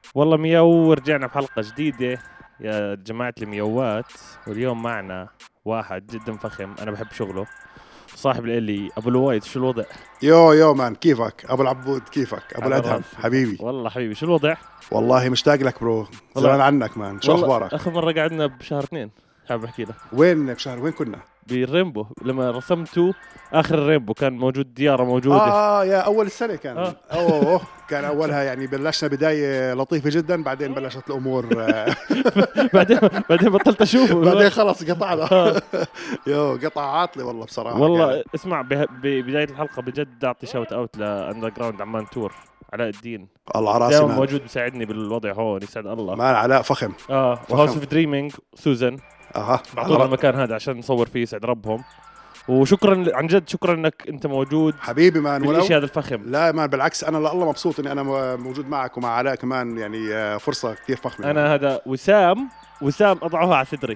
والله ميو، رجعنا بحلقة جديدة يا جماعة الميوات. واليوم معنا واحد جدا فخم، أنا بحب شغله، صاحب الإلي أبو الوايد. شو الوضع؟ يو مان، كيفك ابو العبود؟ كيفك ابو على الادهم راسي حبيبي؟ والله حبيبي. شو الوضع؟ والله مشتاق لك برو، والله زمان عنك مان. شو والله اخبارك؟ آخر مرة قعدنا بشهر 2، حابب أحكي لك. وين بشهر؟ وين كنا؟ بالريمبو لما رسمته آخر الريمبو كان موجود، ديارة موجودة. يا اول السنه كان. آه. كان اولها يعني بلشنا بدايه لطيفه جدا، بعدين بلشت الامور بعدين بطلت أشوفه. بعدين خلص قطعنا. آه. قطع عاطله والله بصراحه كانت. والله اسمع، ببداية الحلقة بجد أعطي شوت أوت لأندر جراوند عمان تور، علاء الدين الله على راسي دائما مان. موجود بيساعدني بالوضع هون، يسعد الله. مان علاء فخم. وهاوس اوف دريمينج سوزن بعطونا على المكان هذا عشان نصور فيه، يسعد ربهم. وشكرا عن جد، شكرا انك انت موجود حبيبي مان. بالشيء هذا الفخم. لا مان، بالعكس انا الله مبسوط اني انا موجود معك ومع علاء كمان، يعني فرصه كثير فخمه. انا هذا وسام اضعها على صدري.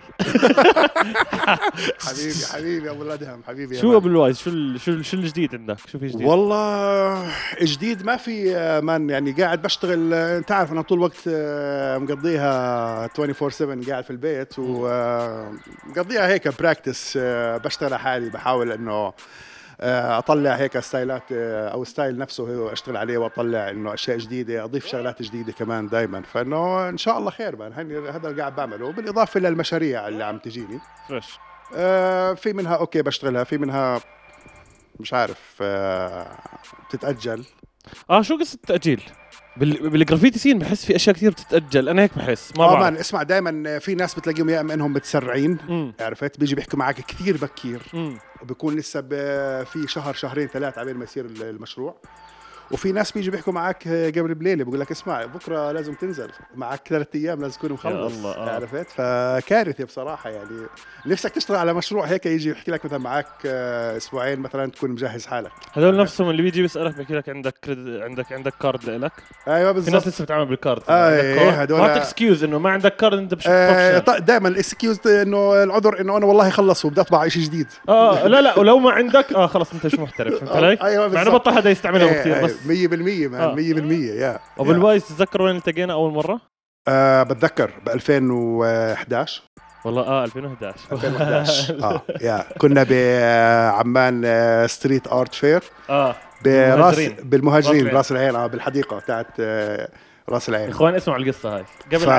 حبيبي ابو الادهم حبيبي. شو ابو الوايز، شو الجديد عندك؟ شو في جديد؟ والله جديد ما في مان، يعني قاعد بشتغل. انت عارف انا طول الوقت مقضيها 24/7 قاعد في البيت، ومقضيها هيك براكتس. بشتغل حالي، بحاول انه اطلع هيك ستايلات، او ستايل نفسه هو اشتغل عليه، واطلع انه اشياء جديده، اضيف شغلات جديده كمان دائما. فانه ان شاء الله خير مان، هذا اللي قاعد بعمله، بالاضافه للمشاريع اللي عم تجيني. فريش. في منها اوكي بشتغلها، في منها مش عارف بتتأجل. شو قصة التأجيل؟ بالجرافيتي سين بحس في اشياء كثير بتتأجل، انا هيك بحس، ما بعرف. مان اسمع، دائما في ناس بتلاقيهم يا اما انهم متسرعين، عرفت، بيجي بيحكوا معك كثير بكير، وبيكون لسه في شهر شهرين ثلاثة عبين ما يصير المشروع. وفي ناس بيجي بيحكوا معك قبل بليله، بقول لك اسمع بكره لازم تنزل، معك 3 ايام لازم تكون مخلص. عرفت، فكارثه بصراحه يعني. نفسك تشتغل على مشروع هيك، يجي يحكي لك مثلا معك اسبوعين مثلا تكون مجهز حالك. هذول نفسهم اللي بيجي بيسألك بحكي لك عندك كارد لك. ايوه في ناس بالضبط. لسه بتعامل بالكارد. هذول ما اكسكيوز انه ما عندك كارد، انت مش دائما الاكسكيوز انه العذر انه انا والله خلص وبدي اطبع شيء جديد. لا ولو ما عندك خلص انت مش محترف، فهمت علي؟ ايوه مع انه بطل حدا يستعملها كثير، بس 100% مان 100%. يا ابو الوايز، تتذكر وين التقينا اول مره؟ بتذكر ب 2011. والله 2011. 2011 كنا بعمان ستريت ارت فير. بالمهاجرين راس العين. بالحديقه تاعت راس العين. اخوان اسمعوا القصه هاي.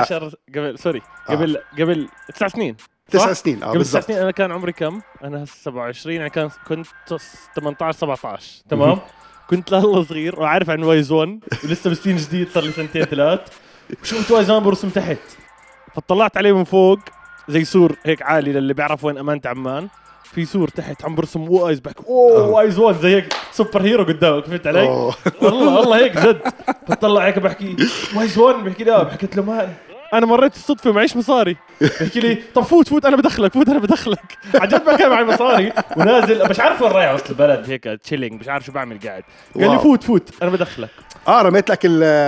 قبل 9 سنين. 9 سنين قبل 9 سنين انا كان عمري كم؟ انا 27 يعني كنت 18 17 تمام. كنت لهلا صغير وعارف عن وايز 1 ولسه بسين جديد، صار لي 2 3. وشفت وايز 1 برسم تحت، فطلعت عليه من فوق زي سور هيك عالي، للي بيعرف وين امانة عمان، في سور تحت عم برسم وايز، بحكي وايز 1 زي هيك سوبر هيرو قدامك، فهمت علي؟ والله هيك جد. فطلع هيك بحكي وايز 1، بحكي لا، بحكيت له ما انا مريت الصدفه معيش مصاري. بحكي لي طب فوت انا بدخلك. عن جد ما كان معي مصاري، ونازل مش عارف وين رايح وسط البلد هيك تشيلينج، مش عارف شو بعمل قاعد. قال لي فوت انا بدخلك. رميت لك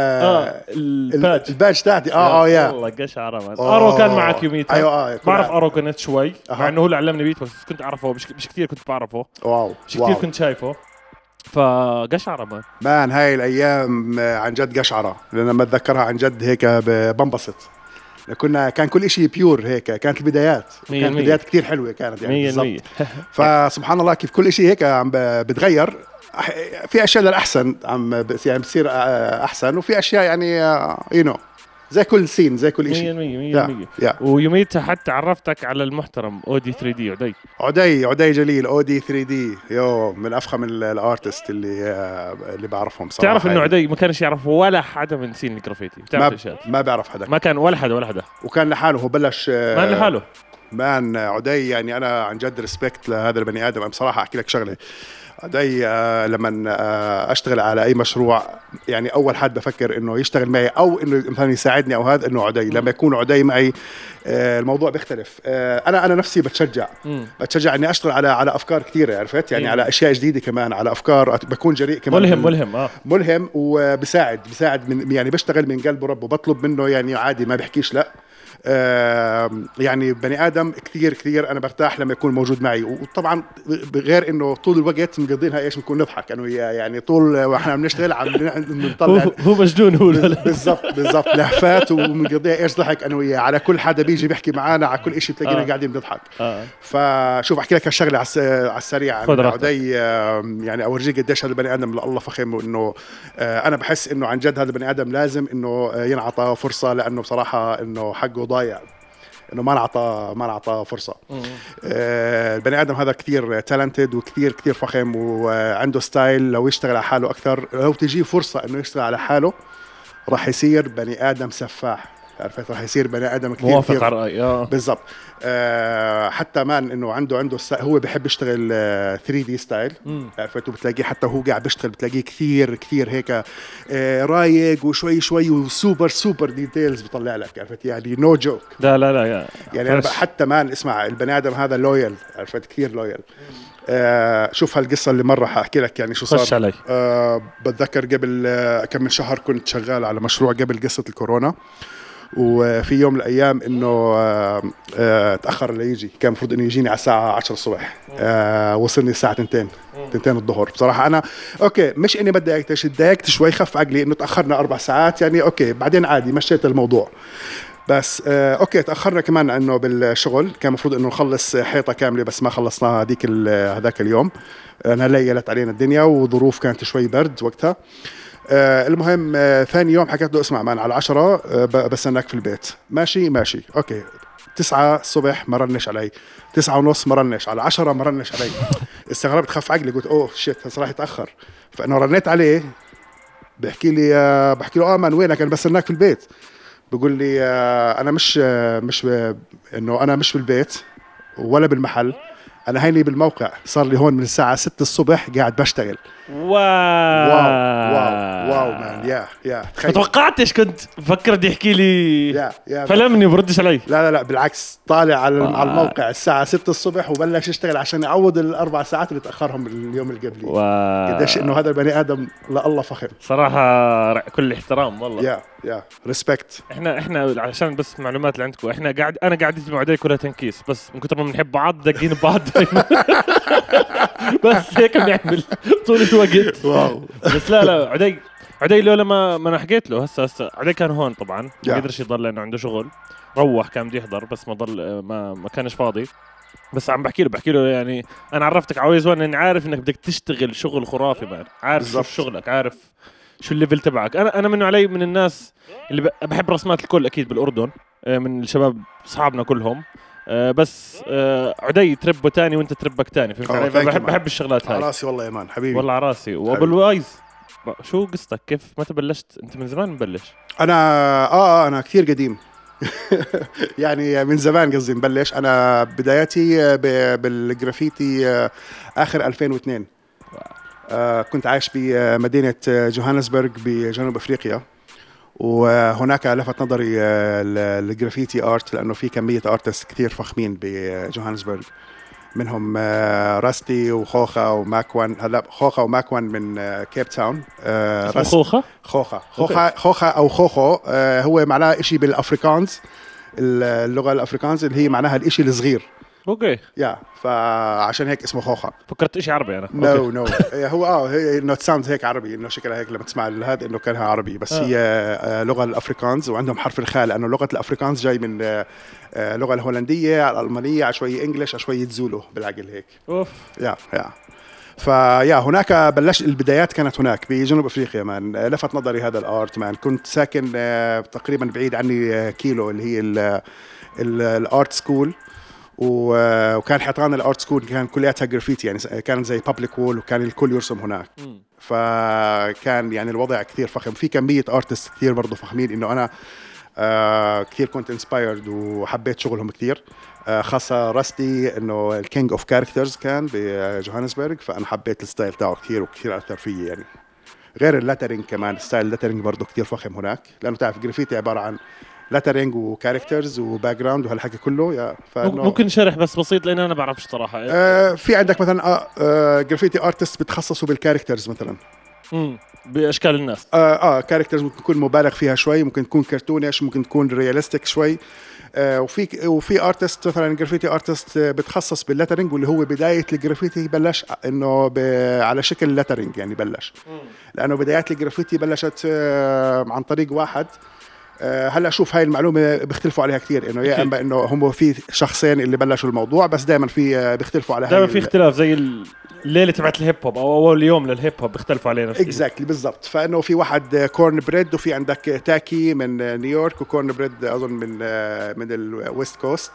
الباج تاعتي. يا والله قشعره مان. ارو كان معك يوميتها. ايوه بعرف ارو كنت شوي، مع انه هو اللي علمني بيت، بس كنت اعرفه مش كثير كنت بعرفه. مش كثير كنت شايفه. فقشعره مان هاي الايام عن جد قشعره، لان لما اتذكرها عن جد هيك بنبسط. كان كل شيء بيور هيك، كانت البدايات بدايات كتير حلوه كانت يعني 100%. فسبحان الله كيف كل شيء هيك عم بتغير. في اشياء للاحسن عم يعني بتصير احسن، وفي اشياء يعني زي كل سين، زي كل شيء 100%. ويوميتها حتى عرفتك على المحترم اودي 3 دي عدي جليل. اودي 3 دي من افخم الارتست اللي بعرفهم صراحه. تعرف انه عدي ما كانش يعرف ولا حدا من سين الجرافيتي، بتعرف ما بيعرف حدا، ما كان ولا حدا وكان لحاله. هو بلش ما لحاله مان. عدي يعني انا عن جد ريسبكت لهذا البني ادم. بصراحه احكي لك شغله، عدي لما اشتغل على اي مشروع، يعني اول حد بفكر انه يشتغل معي او انه مثلا يساعدني او هذا، انه عدي. لما يكون عدي معي الموضوع بيختلف. انا نفسي بتشجع اني اشتغل على افكار كثيره، عرفت يعني، على اشياء جديده كمان، على افكار بكون جريء كمان، ملهم وبساعد يعني بشتغل من قلب ربه، بطلب منه يعني عادي، ما بحكيش لا. يعني بني ادم كثير انا برتاح لما يكون موجود معي. وطبعا غير انه طول الوقت مقضينها ايش، بنكون نضحك انا وياه يعني طول واحنا بنشتغل عم بنطلع. هو مجنون هو. بالضبط لهفات وبنقضيها ايش ضحك انا وياه على كل حدا بيجي بيحكي معنا على كل شيء بتلاقينا قاعدين بنضحك. فشوف احكي لك هالشغله على السريع عن عدي. يعني اورجيك قديش هذا البني ادم الله فخم، وانه انا بحس انه عن جد هذا البني ادم لازم انه ينعطى فرصه، لانه بصراحه انه حقه ضايع انه ما نعطى فرصه. البني ادم هذا كثير تالنتد وكثير فخم وعنده ستايل. لو يشتغل على حاله اكثر، لو تجي فرصه انه يشتغل على حاله راح يصير بني ادم سفاح. عرفت؟ راح يصير بني ادم كثير موافق على رأيي. بالضبط. حتى مان انه عنده هو بيحب يشتغل 3 دي ستايل. عرفت؟ وبتلاقيه حتى هو قاعد بيشتغل بتلاقيه كثير هيك رايق وشوي وسوبر ديتيلز بيطلع لك. عرفت؟ يعني نو جوك. لا يعني أنا حتى مان اسمع البني ادم هذا لويال. عرفت؟ كثير لويال. شوف هالقصة اللي مرة حأحكي لك يعني شو صار. علي. بتذكر قبل كم من شهر كنت شغال على مشروع قبل قصة الكورونا، وفي يوم من الأيام إنه تأخر اللي يجي. كان المفروض إنه يجيني على الساعة 10 الصبح. وصلني الساعة 2 الظهر. بصراحة أنا أوكي مش إني بدي اتضايقت شوي، خف عقلي إنه تأخرنا 4 ساعات يعني أوكي، بعدين عادي مشيت الموضوع. بس اوكي تاخرنا كمان انه بالشغل كان المفروض انه نخلص حيطه كامله بس ما خلصناها هذاك اليوم. انا ليلت علينا الدنيا وظروف كانت شوي برد وقتها. المهم ثاني يوم حكيت له اسمع مان على 10 بستناك في البيت. ماشي اوكي. 9 الصبح ما رنش علي، 9 ونص ما رنش، على 10 ما رنش علي. استغربت خف عقلي قلت اوه شيت صراحه تاخر. فانه رنيت عليه بحكي له مان وينك؟ انا بستناك في البيت. بقول لي انا مش انه انا مش بالبيت ولا بالمحل، انا هيني بالموقع، صار لي هون من الساعه 6 الصبح قاعد بشتغل. واو مان. يا ما توقعتش، كنت بفكر بدي يحكي لي فلمني بردش علي. لا بالعكس، طالع على الموقع الساعه 6 الصبح وبلش يشتغل عشان يعوض ال4 ساعات اللي تاخرهم اليوم اللي قبلي. قديش انه هذا البني ادم لا الله فخر صراحه. كل احترام والله. يا ريسبكت. احنا عشان بس معلومات اللي عندكم، احنا انا قاعد مع عدي كلها تنكيس، بس من كثر ما بنحب بعض دقين ببعض بس هيك بنعمل طول الوقت. واو. بس لا عدي لولا ما انا حكيت له هسه عدي كان هون طبعا ما قدرش يضل لانه عنده شغل. روح كان بده يحضر بس ما كانش فاضي. بس عم بحكي له يعني انا عرفتك عاوز وانا اني عارف انك بدك تشتغل شغل خرافي مان، عارف شو شغلك، عارف شو الليفل تبعك. انا منه علي من الناس اللي بحب رسمات الكل اكيد بالاردن، من الشباب اصحابنا كلهم. بس عدي تربه تاني وانت تربك تاني، فهمت علي؟ بحب الشغلات هاي. على راسي والله يا مان حبيبي، والله على راسي. وابو الوايز شو قصتك؟ كيف متى بلشت؟ انت من زمان مبلش؟ انا كثير قديم يعني من زمان قصدي مبلش. انا بداياتي بالجرافيتي اخر 2002. كنت عايش بمدينة جوهانسبرغ بجنوب أفريقيا، وهناك لفت نظري الجرافيتي آرت لأنه في كمية آرتست كثير فخمين بجوهانسبرغ، منهم راستي وخوخا وماكوان. هلا خوخا وماكوان من كيب تاون. خوخا أو خوخو هو معناه إشي بالأفريكانز، اللغة الأفريكانز اللي هي معناها الإشي الصغير. اوكي فعشان هيك اسمه خوخا. فكرت إشي عربي انا. نو هو هي انه ساوند هيك عربي، انه شكلها هيك لما تسمع هذا انه كانها عربي، بس هي لغه الافريكانز وعندهم حرف الخاء، لانه لغه الافريكانز جاي من اللغه الهولنديه على الالمانيه على شويه انجلش على شويه زولو بالعقل هيك. اوف. هناك بلش البدايات كانت هناك بجنوب افريقيا مان. لفت نظري هذا الارت مان. كنت ساكن تقريبا بعيد عني كيلو اللي هي الارت سكول، وكان حيطان الارت سكول كان كلياتها جرافيتي، يعني كان زي بابليك وول وكان الكل يرسم هناك. فكان يعني الوضع كثير فخم، في كمية ارتست كثير برضو فخمين، انه انا كثير كنت انسبايرد وحبيت شغلهم كثير. خاصة راستي انه الكينج اوف كاركترز كان بجوهانسبرغ، فانا حبيت الستايل تاعه كثير وكثير اثر فيي يعني. غير اللاترينج كمان، ستايل اللاترينج برضو كثير فخم هناك، لانه تعرف جرافيتي عبارة عن لاترينج وكاركترز وباك جراوند وهالحكي كله. ممكن شرح بس بسيط لان انا بعرفش صراحه. في عندك مثلا جرافيتي ارتست بتخصصوا بالكاركترز مثلا. باشكال الناس. كاركترز ممكن تكون مبالغ فيها شوي، ممكن تكون كرتونيش، ممكن تكون رياليستيك شوي. وفي ارتست مثلا جرافيتي ارتست بتخصص باللترنج، واللي هو بدايه الجرافيتي بلش انه على شكل لترنج يعني بلش. لانه بدايات الجرافيتي بلشت عن طريق واحد. هلا شوف هاي المعلومه بيختلفوا عليها كثير، انه يا اما انه هم في شخصين اللي بلشوا الموضوع، بس دائما في بيختلفوا على دائما في اختلاف زي الليله تبعت الهيب هوب او اول يوم للهيب هوب بيختلفوا علينا. اكزاكتلي بالضبط. فانه في واحد كورن بريد، وفي عندك تاكي من نيويورك، وكورن بريد اظن من الويست كوست.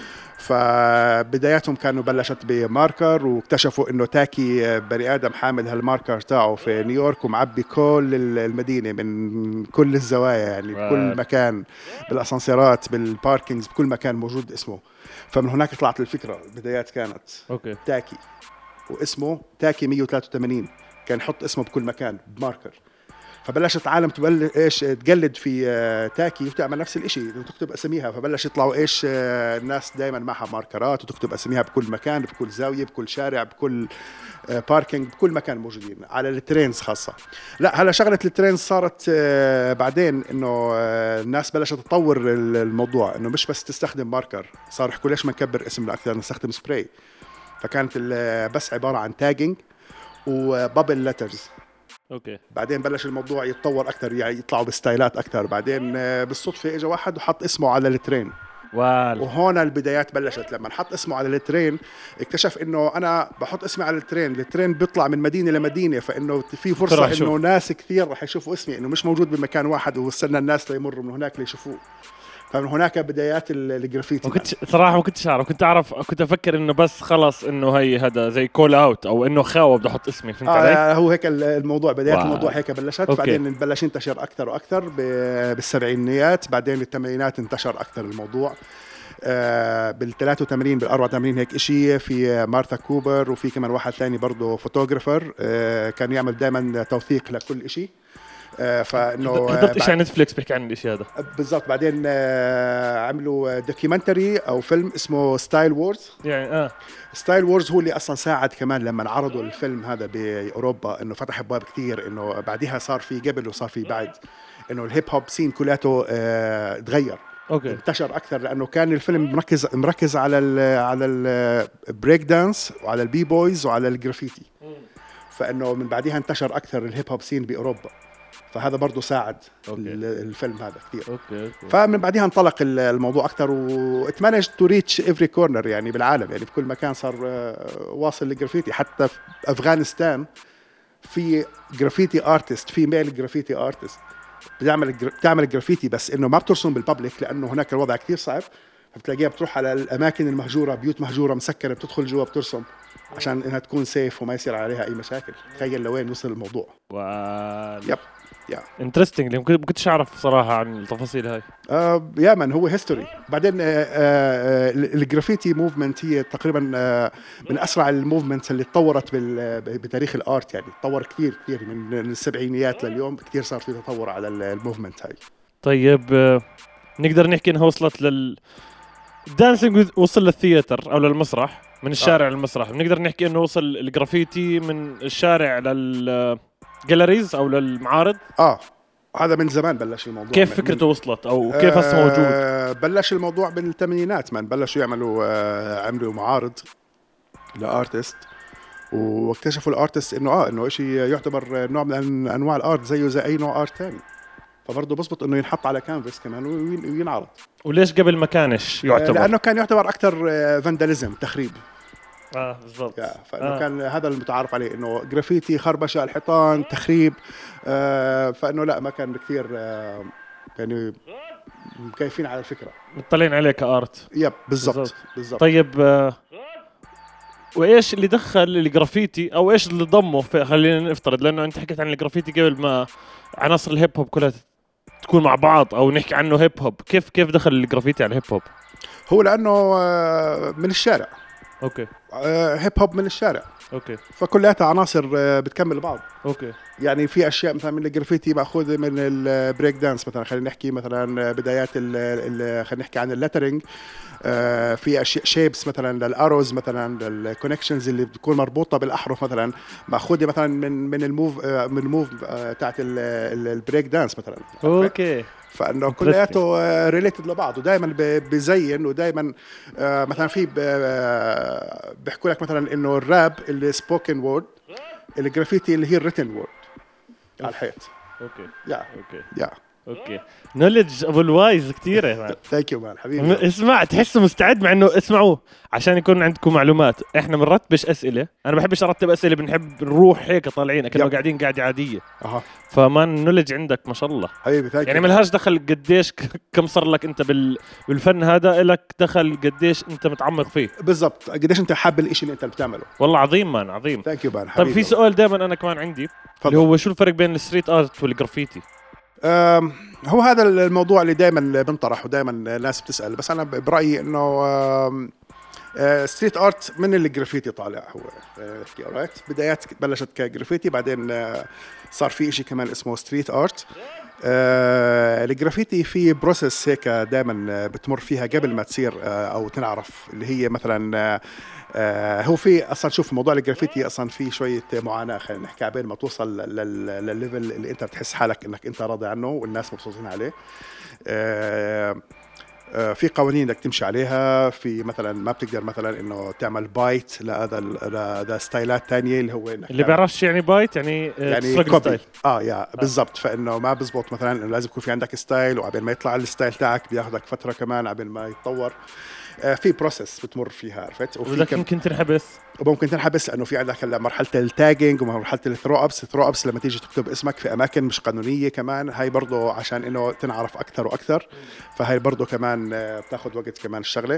فبداياتهم كانوا بلشت بماركر، واكتشفوا انه تاكي بني ادم حامل هالماركر تاعه في نيويورك ومعبي كل المدينه من كل الزوايا، يعني بكل مكان، بالاسانسيرات، بالباركينجز، بكل مكان موجود اسمه. فمن هناك طلعت الفكره. البدايات كانت تاكي، واسمه تاكي 183 كان يحط اسمه بكل مكان بماركر. فبلشت عالم تقلد في تاكي وتعمل نفس الاشي وتكتب اسميها. فبلش يطلعوا الناس دائما معها ماركرات وتكتب اسميها بكل مكان، بكل زاويه، بكل شارع، بكل باركينج، بكل مكان موجودين على الترينز خاصه. لا هلا شغله الترينز صارت بعدين انه الناس بلشت تطور الموضوع، انه مش بس تستخدم ماركر، صار يحكوا ليش ما نكبر اسم اكثر، نستخدم سبراي. فكانت بس عباره عن تاجينج وبابل لترز. بعدين بلش الموضوع يتطور اكثر، يعني يطلعوا بستايلات اكثر. بعدين بالصدفه اجى واحد وحط اسمه على الترين. وهون البدايات بلشت. لما حط اسمه على الترين اكتشف انه انا بحط اسمي على الترين بيطلع من مدينه لمدينه، فانه في فرصه انه ناس كثير رح يشوفوا اسمي، انه مش موجود بمكان واحد واستنى الناس ليمروا من هناك ليشوفوه. فمن هناك بدايات الجرافيتي. صراحه ما كنتش اعرف، كنت افكر انه بس خلص انه هي هذا زي كول اوت، او انه خاوه بدي احط اسمي. فهمت علي؟ هو هيك الموضوع، بدايات الموضوع هيك بلشت. بعدين بلش ينتشر اكثر واكثر بالسبعينيات. بعدين بالثمانينات انتشر اكثر الموضوع. بال83 بال84 هيك اشي. في مارثا كوبر، وفي كمان واحد ثاني برضه فوتوغرافر كان يعمل دائما توثيق لكل اشي. فانه حضرت شيء على نتفليكس بيحكي عن الشيء هذا بالضبط. بعدين عملوا دوكيومنتري او فيلم اسمه ستايل وورز. يعني ستايل وورز هو اللي اصلا ساعد كمان لما عرضوا الفيلم هذا باوروبا، انه فتح ابواب كثير. انه بعدها صار في قبل وصار في بعد، انه الهيب هوب سين كلياته تغير. انتشر اكثر، لانه كان الفيلم مركز على البريك دانس وعلى البي بويز وعلى الجرافيتي. فانه من بعدها انتشر اكثر الهيب هوب سين باوروبا. فهذا برضو ساعد الفيلم هذا كثير. فمن بعدها انطلق الموضوع أكثر، واتمانج تو ريتش افري كورنر يعني بالعالم، يعني بكل مكان صار واصل للجرافيتي. حتى في أفغانستان في جرافيتي ارتست، في ميل جرافيتي ارتست بتعمل جرافيتي، بس انه ما بترسم بالببليك لانه هناك الوضع كثير صعب. فبتلاقيها بتروح على الاماكن المهجوره، بيوت مهجوره مسكره، بتدخل جوا بترسم عشان انها تكون سيف وما يصير عليها اي مشاكل. تخيل لوين وصل الموضوع. يب انترستينج. ما كنتش اعرف صراحه عن التفاصيل هاي. يا من هو هيستوري. بعدين الجرافيتي موفمنت هي تقريبا من اسرع الموفمنتس اللي تطورت بتاريخ الارت. يعني تطور كثير من السبعينيات لليوم، كثير صار في تطور على الموفمنت هاي. طيب نقدر نحكي انها وصلت الدانسينج وصل للثياتر او للمسرح، من الشارع للمسرح. بنقدر نحكي انه وصل الجرافيتي من الشارع للجاليريز او للمعارض. هذا من زمان بلش الموضوع. كيف فكرته وصلت او كيف هسه موجود؟ بلش الموضوع بالثمانينات، من بلشوا يعملوا عملوا معارض لارتست، واكتشفوا الارتست انه شيء يعتبر نوع من انواع الارت زيه زي اي نوع ارت ثاني. فبرضه بزبط انه ينحط على كانفاس كمان وينعرض. وليش قبل ما كانش يعتبر؟ لانه كان يعتبر اكثر فانداليزم، تخريب. بالضبط. فانه كان هذا المتعارف عليه، انه جرافيتي، خربشه الحيطان، تخريب. فانه لا، ما كان كثير يعني مكيفين على الفكره، مطلعين عليه كارت. بالضبط. طيب وايش اللي دخل الجرافيتي او ايش اللي ضمه خلينا نفترض، لانه انت حكيت عن الجرافيتي قبل ما عناصر الهيب هوب كلها تكون مع بعض او نحكي عنه هيب هوب. كيف دخل الجرافيتي على الهيب هوب؟ هو لانه من الشارع. اوكي هيب هوب من الشارع. اوكي فكلها عناصر بتكمل بعض. اوكي يعني في اشياء مثلا من الجرافيتي ماخوذه من البريك دانس مثلا. خلينا نحكي مثلا بدايات خلينا نحكي عن اللترنج. في اشياء شيبس مثلا للاروز مثلا الكونكشنز اللي بتكون مربوطه بالاحرف مثلا ماخوذه مثلا من الموف تاعت البريك دانس مثلا. اوكي فانه كلياته ريليتد لبعض ودائما بزين ودائما مثلا في بيحكوا لك مثلا انه الراب اللي سبوكن وورد الجرافيتي اللي هي الريتن وورد على الحيط. اوكي يا اوكي نوليدج ابو الوايز كثيره يا مان. ثانك يو مان حبيبي. اسمع تحسه مستعد مع انه اسمعوا عشان يكون عندكم معلومات. احنا بنرتبش اسئله، انا بحبش ارتب اسئله، بنحب نروح هيك طالعين كأنه قاعدين قاعده عاديه. فما النوليدج عندك ما شاء الله حبيبي ثانك يعني ملهاش دخل قديش كم صار لك انت بالفن هذا، لك دخل قديش انت متعمق فيه بالضبط، قديش انت حاب الاشي اللي انت بتعمله. والله عظيم مان عظيم. ثانك يو مان حبيبي. طيب في سؤال دائما انا كمان عندي اللي هو شو الفرق بين الستريت ارت والجرافيتي؟ هو هذا الموضوع اللي دائما بنطرح ودائما الناس بتسأل، بس أنا برأيي إنه ستريت آرت من الجرافيتي طالع. هو بدايات بلشت كجرافيتي، بعدين صار في إشي كمان اسمه ستريت آرت. الجرافيتي في بروسيس هيك دائما بتمر فيها قبل ما تصير أو تنعرف، اللي هي مثلا هو في اصلا شوف موضوع الجرافيتي اصلا في شويه معاناه، خلينا نحكي عبين ما توصل للليفل اللي انت بتحس حالك انك انت راضي عنه والناس مبسوطين عليه. في قوانين بدك تمشي عليها، في مثلا ما بتقدر مثلا انه تعمل بايت لهذا ستايلات تانية اللي هو اللي بيعرفش يعني بايت يعني كوبي. بالضبط. فانه ما بزبط مثلا انه لازم يكون في عندك ستايل، وعبين ما يطلع الستايل تاعك بياخذك فتره كمان عبين ما يتطور. في بروسس بتمر فيها، عرفت؟ وفي ممكن تنحبس، وممكن تنحبس لانه في عندك مرحله التاجينج ومرحله الثرو ابس لما تيجي تكتب اسمك في اماكن مش قانونيه كمان، هاي برضه عشان انه تنعرف اكثر واكثر، فهاي برضه كمان بتاخذ وقت كمان الشغله.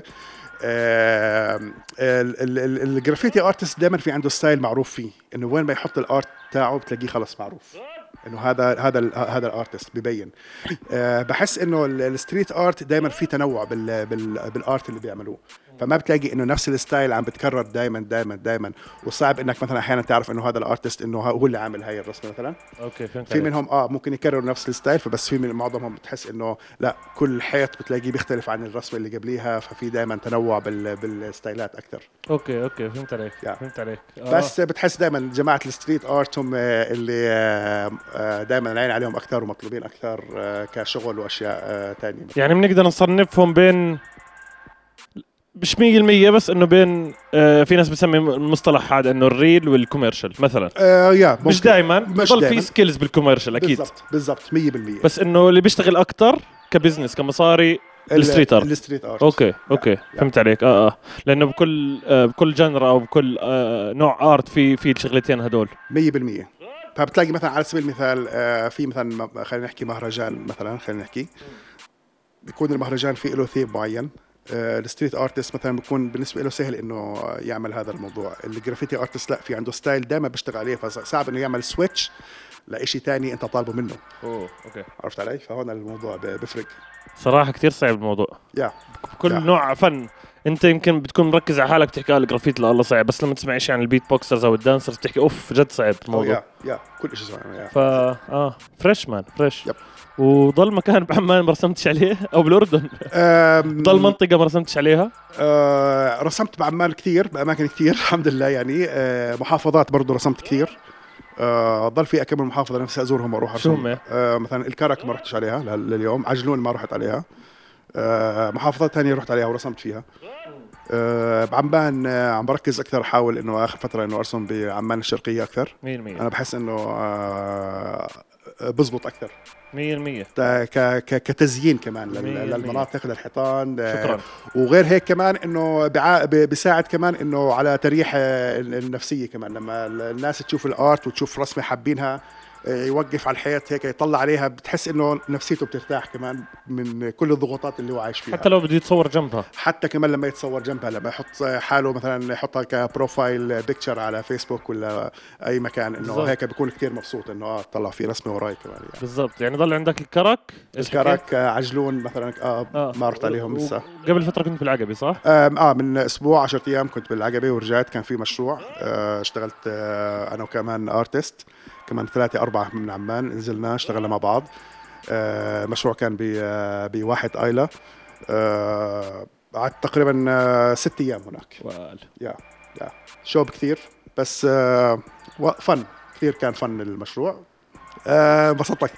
الجرافيتي ارتست دائما في عنده ستايل معروف فيه، انه وين ما يحط الارت تاعه بتلاقيه خلص معروف انه هذا الارتست ببين. بحس انه الستريت ارت دائما في تنوع بالارت اللي بيعملوه، فما بتلاقي انه نفس الستايل عم بتكرر دائما، وصعب انك مثلا احيانا تعرف انه هذا الارتست انه هو اللي عامل هاي الرسمه مثلا. اوكي فهمت. في منهم ممكن يكرروا نفس الستايل، فبس في من معظمهم بتحس انه لا، كل حيط بتلاقيه بيختلف عن الرسمه اللي قبليها، ففي دائما تنوع بالستايلات اكثر. اوكي فهمت عليك. بس بتحس دائما جماعه الستريت ارت هم اللي دائما العين عليهم اكثر ومطلوبين اكثر كشغل واشياء تانية. يعني بنقدر نصنفهم بين مش 100% بس انه بين في ناس بسمي المصطلح هذا انه الريل والكوميرشال مثلا. مش دائما بضل في سكيلز بالكوميرشال اكيد. بالضبط 100%. بس انه اللي بيشتغل اكثر كبزنس كمصاري الستريت ارت. اوكي فهمت عليك. لانه بكل جنرا او بكل نوع ارت في الشغلتين هدول 100%. فبتلاقي مثلا على سبيل المثال في مثلا خلينا نحكي مهرجان مثلا، خلينا نحكي بيكون المهرجان فيه له ثيم معين. الستريت ارتست مثلا بيكون بالنسبه له سهل انه يعمل هذا الموضوع. الجرافيتي ارتست لا، في عنده ستايل دائما بيشتغل عليه، فصعب انه يعمل سويتش لإشي تاني انت طالبه منه. اوكي عرفت علي؟ فهون الموضوع بفرق صراحه. كتير صعب الموضوع. بكل نوع فن انت يمكن بتكون مركز على حالك بتحكي الجرافيتي لا الله صعب، بس لما تسمع شيء عن البيت بوكسرز او الدانسرز بتحكي اوف جد صعب الموضوع. كل شيء صعب. فريش مان فريش. وضل مكان بعمان ما رسمتش عليه او بالاردن؟ ضل منطقه ما رسمتش عليها؟ رسمت بعمان كثير باماكن كثير الحمد لله. يعني محافظات برضو رسمت كثير. ضل في كم محافظه نفسي ازورهم واروح ارسم. مثلا الكرك ما رحتش عليها لليوم، عجلون ما رحت عليها. محافظات ثانيه رحت عليها ورسمت فيها. بعمان عم بركز اكثر، احاول انه اخر فتره انه ارسم بعمان الشرقيه اكثر. 100% انا بحس انه بزبط اكثر 100% كتزيين كمان للمناطق للحيطان. شكرا. وغير هيك كمان انه بيساعد كمان انه على تريح النفسيه كمان، لما الناس تشوف الارت وتشوف رسمه حابينها يوقف على الحيط هيك يطلع عليها، بتحس انه نفسيته بترتاح كمان من كل الضغوطات اللي هو عايش فيها. حتى لو بده يتصور جنبها، حتى كمان لما يتصور جنبها، لما يحط حاله مثلا يحطها كبروفايل بيكتشر على فيسبوك ولا اي مكان، انه بالزبط. هيك بيكون كتير مبسوط انه طلع في رسمه وراي كمان يعني. بالضبط. يعني ضل عندك الكرك، الكرك، عجلون مثلا، ما رحت عليهم لسه. قبل فتره كنت بالعقبه صح؟ من اسبوع 10 ايام كنت بالعقبه ورجعت. كان في مشروع اشتغلت انا وكمان ارتست كمان 3-4 من عمان، نزلنا اشتغلنا مع بعض. مشروع كان بواحد ايلا. قعدت تقريبا 6 ايام هناك. يا شوب كثير، بس فن كثير، كان فن المشروع. انبسطت.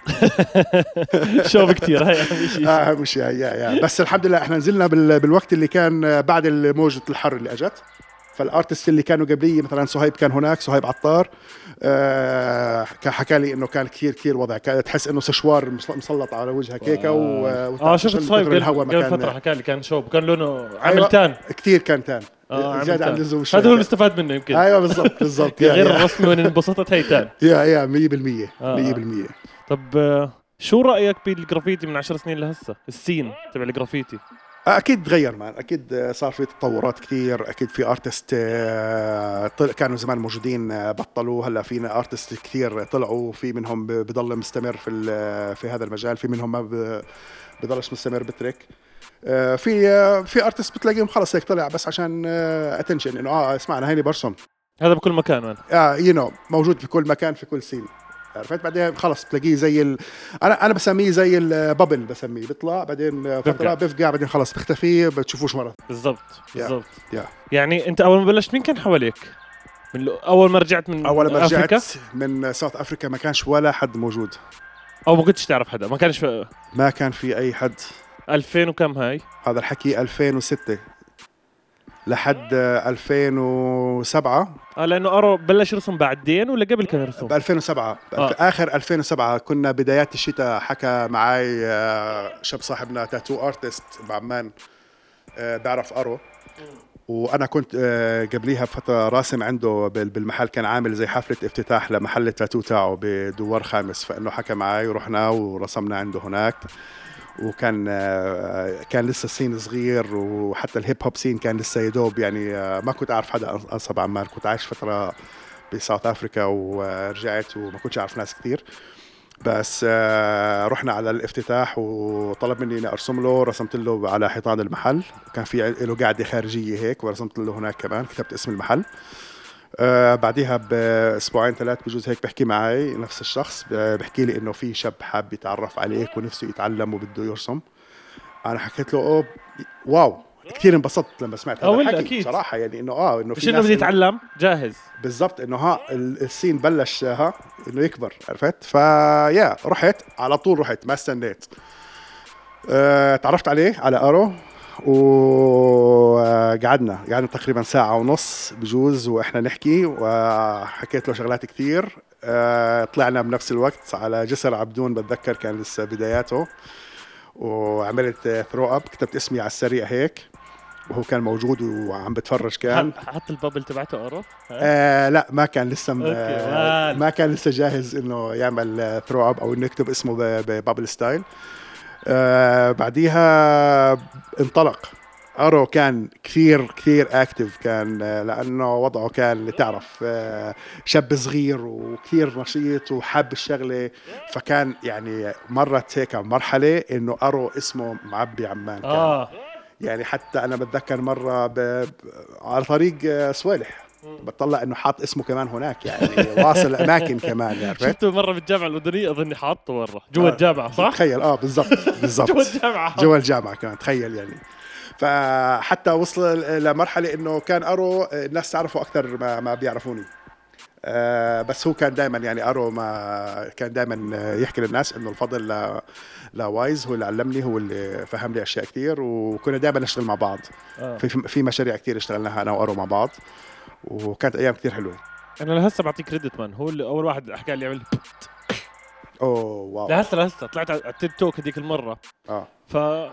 شوب كثير، هاي اهم شيء. مش يا بس الحمد لله احنا نزلنا بالوقت اللي كان بعد موجة الحر اللي اجت. فالارتست اللي كانوا قبلي مثلا صهيب كان هناك، صهيب عطار، حكى لي انه كان كثير وضع، تحس انه سشوار مسلط على وجهك هيك. شفت صهيب قبل فتره حكى لي كان شوب، كان لونه عامل تان كثير، كان تان زيادة عن اللزوم شوي. هذا هو اللي استفاد منه يمكن. ايوه بالضبط غير الرسمي وين انبسطت هي تان. يا 100%. طب شو رايك بالجرافيتي من 10 سنين لهسه؟ السين تبع الجرافيتي اكيد تغير مان، اكيد صار في تطورات كثير. اكيد في ارتست كانوا زمان موجودين بطلوا، هلا فينا ارتست كثير طلعوا، في منهم بضل مستمر في هذا المجال، في منهم ما بضلش مستمر بترك. في ارتست بتلاقيهم خلص هيك طلع بس عشان اتنشن، انه اسمعنا هيني برسم. هذا بكل مكان مان. موجود في كل مكان في كل سين. عرفت؟ بعدين خلص تلاقيه زي انا بسميه زي البابل، بسميه بيطلع بعدين فتره بفقع، بعدين خلص بختفي، بتشوفوش مره. بالضبط. يعني انت اول ما بلشت مين كان حواليك؟ من اول ما رجعت من رجعت من ساوث افريكا ما كانش ولا حد موجود، او ما كنتش تعرف حدا؟ ما كان في اي حد. 2000 وكم هاي؟ هذا الحكي 2006 لحد 2007. لانه ارو بلش يرسم بعدين ولا قبل كان يرسم؟ ب 2007 اخر 2007 كنا بدايات الشتاء. حكى معي شاب صاحبنا تاتو ارتست بعمان، بعرف ارو، وانا كنت قبليها بفتره راسم عنده بالمحل، كان عامل زي حفله افتتاح لمحل التاتو تاعه بدوار خامس، فانه حكى معي ورحنا ورسمنا عنده هناك. وكان لسه السين صغير، وحتى الهيب هوب سين كان لسه يدوب يعني. ما كنت اعرف حدا انصب عمان، كنت عايش فتره بساوث افريكا ورجعت وما كنتش اعرف ناس كثير. بس رحنا على الافتتاح وطلب مني اني ارسم له، رسمت له على حيطان المحل، كان في له قاعده خارجيه هيك، ورسمت له هناك كمان، كتبت اسم المحل. بعديها باسبوعين 3 بجوز هيك بحكي معي نفس الشخص، بحكي لي انه في شاب حاب يتعرف عليك ونفسه يتعلم وبده يرسم. انا حكيت له واو، كثير انبسطت لما سمعت هذا الحكي أكيد. صراحه، يعني انه مش انه بدي اتعلم جاهز. بالضبط، انه السين بلش انه يكبر. عرفت؟ رحت على طول، ما استنيت. تعرفت عليه على ارو، وقعدنا تقريبا 1.5 ساعة بجوز واحنا نحكي، وحكيت له شغلات كثير. طلعنا بنفس الوقت على جسر عبدون، بتذكر كان لسه بداياته، وعملت ثرو اب، كتبت اسمي على السريع هيك، وهو كان موجود وعم بتفرج. كان حط البابل تبعته ارو؟ لا، ما كان لسه ما كان لسه جاهز انه يعمل ثرو اب او انه يكتب اسمه ببابل ستايل. بعديها انطلق ارو، كان كثير اكتف، كان لانه وضعه كان تعرف شاب صغير وكثير نشيط وحب الشغله، فكان يعني مرت هيك مرحله انه ارو اسمه معبي عمان. كان يعني حتى انا بتذكر مره على طريق سويلح بطلع انه حاط اسمه كمان هناك، يعني واصل اماكن كمان. يعني شفته مره بالجامعه الاردنيه اظني حاطه مره جوا الجامعه، صح؟ تخيل. بالضبط جوا الجامعه كمان، تخيل يعني. فحتى وصل لمرحله انه كان ارو الناس تعرفه اكثر ما بيعرفوني. بس هو كان دائما يعني ارو ما كان دائما يحكي للناس انه الفضل لوايز، هو اللي علمني، هو اللي فهم لي اشياء كثير، وكنا دائما نشتغل مع بعض. في مشاريع كثير اشتغلناها انا وارو مع بعض، وكانت ايام كثير حلوه. انا لهسه بعطيك كريدت مان، هو اللي اول واحد حكى لي يعمل واو. لهسه طلعت على التيك توك هذيك المره. ف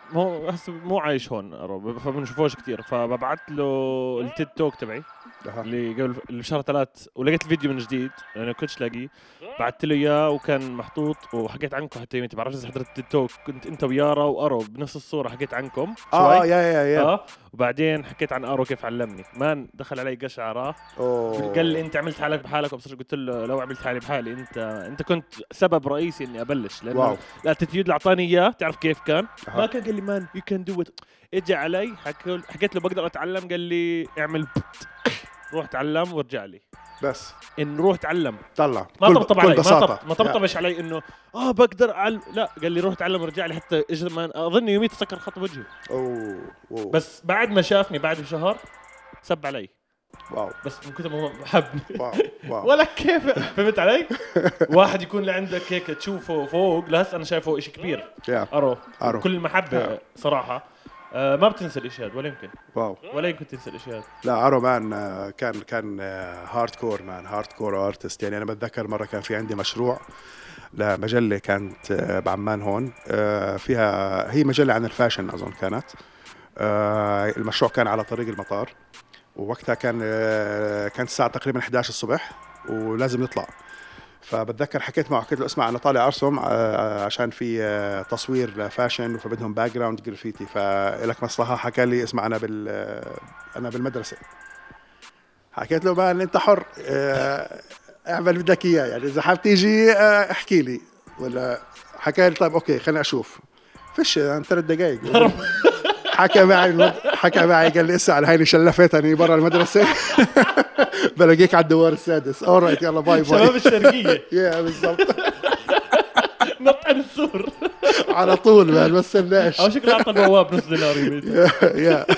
هو هسه مو عايش هون أرو، فبنشوفوش كتير، فببعت له التيك توك تبعي اللي قبل اللي بشهر 3 ولقيت الفيديو من جديد انا كنتش لاقيه. بعثت له اياه وكان محطوط وحكيت عنكم حتى يوميتي بعرفش اذا حضرت التيك توك، كنت انت ويارا وارو بنفس الصوره حكيت عنكم شوي. يا وبعدين حكيت عن ارو كيف علمني. مان دخل علي قشعره قال لي انت عملت حالك بحالك وبصير. قلت له لو عملت حالي بحالي انت كنت سبب رئيسي اني ابلش، لانه الاتيتيود اللي اعطاني اياه تعرف كيف كان. ما كان قال لي مان يو كان دو ات. اجى علي حكيت له بقدر اتعلم، قال لي اعمل روح تعلم وارجع لي. بس ان روح تعلم طلع ما طبطب علي، بساطة. ما طبطبش علي انه بقدر لا، قال لي روح تعلم وارجع لي. حتى اجى ما اظن يوميت سكر خط وجهي. أوه. بس بعد ما شافني بعد بشهر سب علي. واو. بس من كثر ما هو حبني. واو. ولا كيف فهمت علي. واحد يكون لعندك هيك تشوفه فوق، لهسه انا شايفه شيء كبير. ارو كل المحبه صراحه. ما بتنسى الاشياء ولا يمكن. واو. ولا يمكن تنسى الاشياء. لا ارو مان كان هارد كور ارتست. يعني انا بتذكر مره كان في عندي مشروع لمجله كانت بعمان هون، فيها هي مجله عن الفاشن اظن كانت. المشروع كان على طريق المطار، ووقتها كانت الساعه تقريبا 11 الصبح ولازم نطلع. فبتذكر حكيت معه، حكيت له اسمع انا طالع ارسم عشان في تصوير فاشن فبدهم باك جراوند جرافيتي، فلك مصلحه. حكى لي اسمع انا بالمدرسه. حكيت له بقى انت حر، اعمل بدك اياه، يعني اذا حابب تيجي احكي لي ولا. حكى لي طيب اوكي خليني اشوف. فيش 3 دقائق حكى معي قال لي اسأل هاي شلفتني برا المدرسة بلاقيك على الدوار السادس. اورايت يلا باي شباب الشرقية. يا بالضبط. نط عن السور على طول ما بستناش. او شكله اعطى البواب نص دينار يا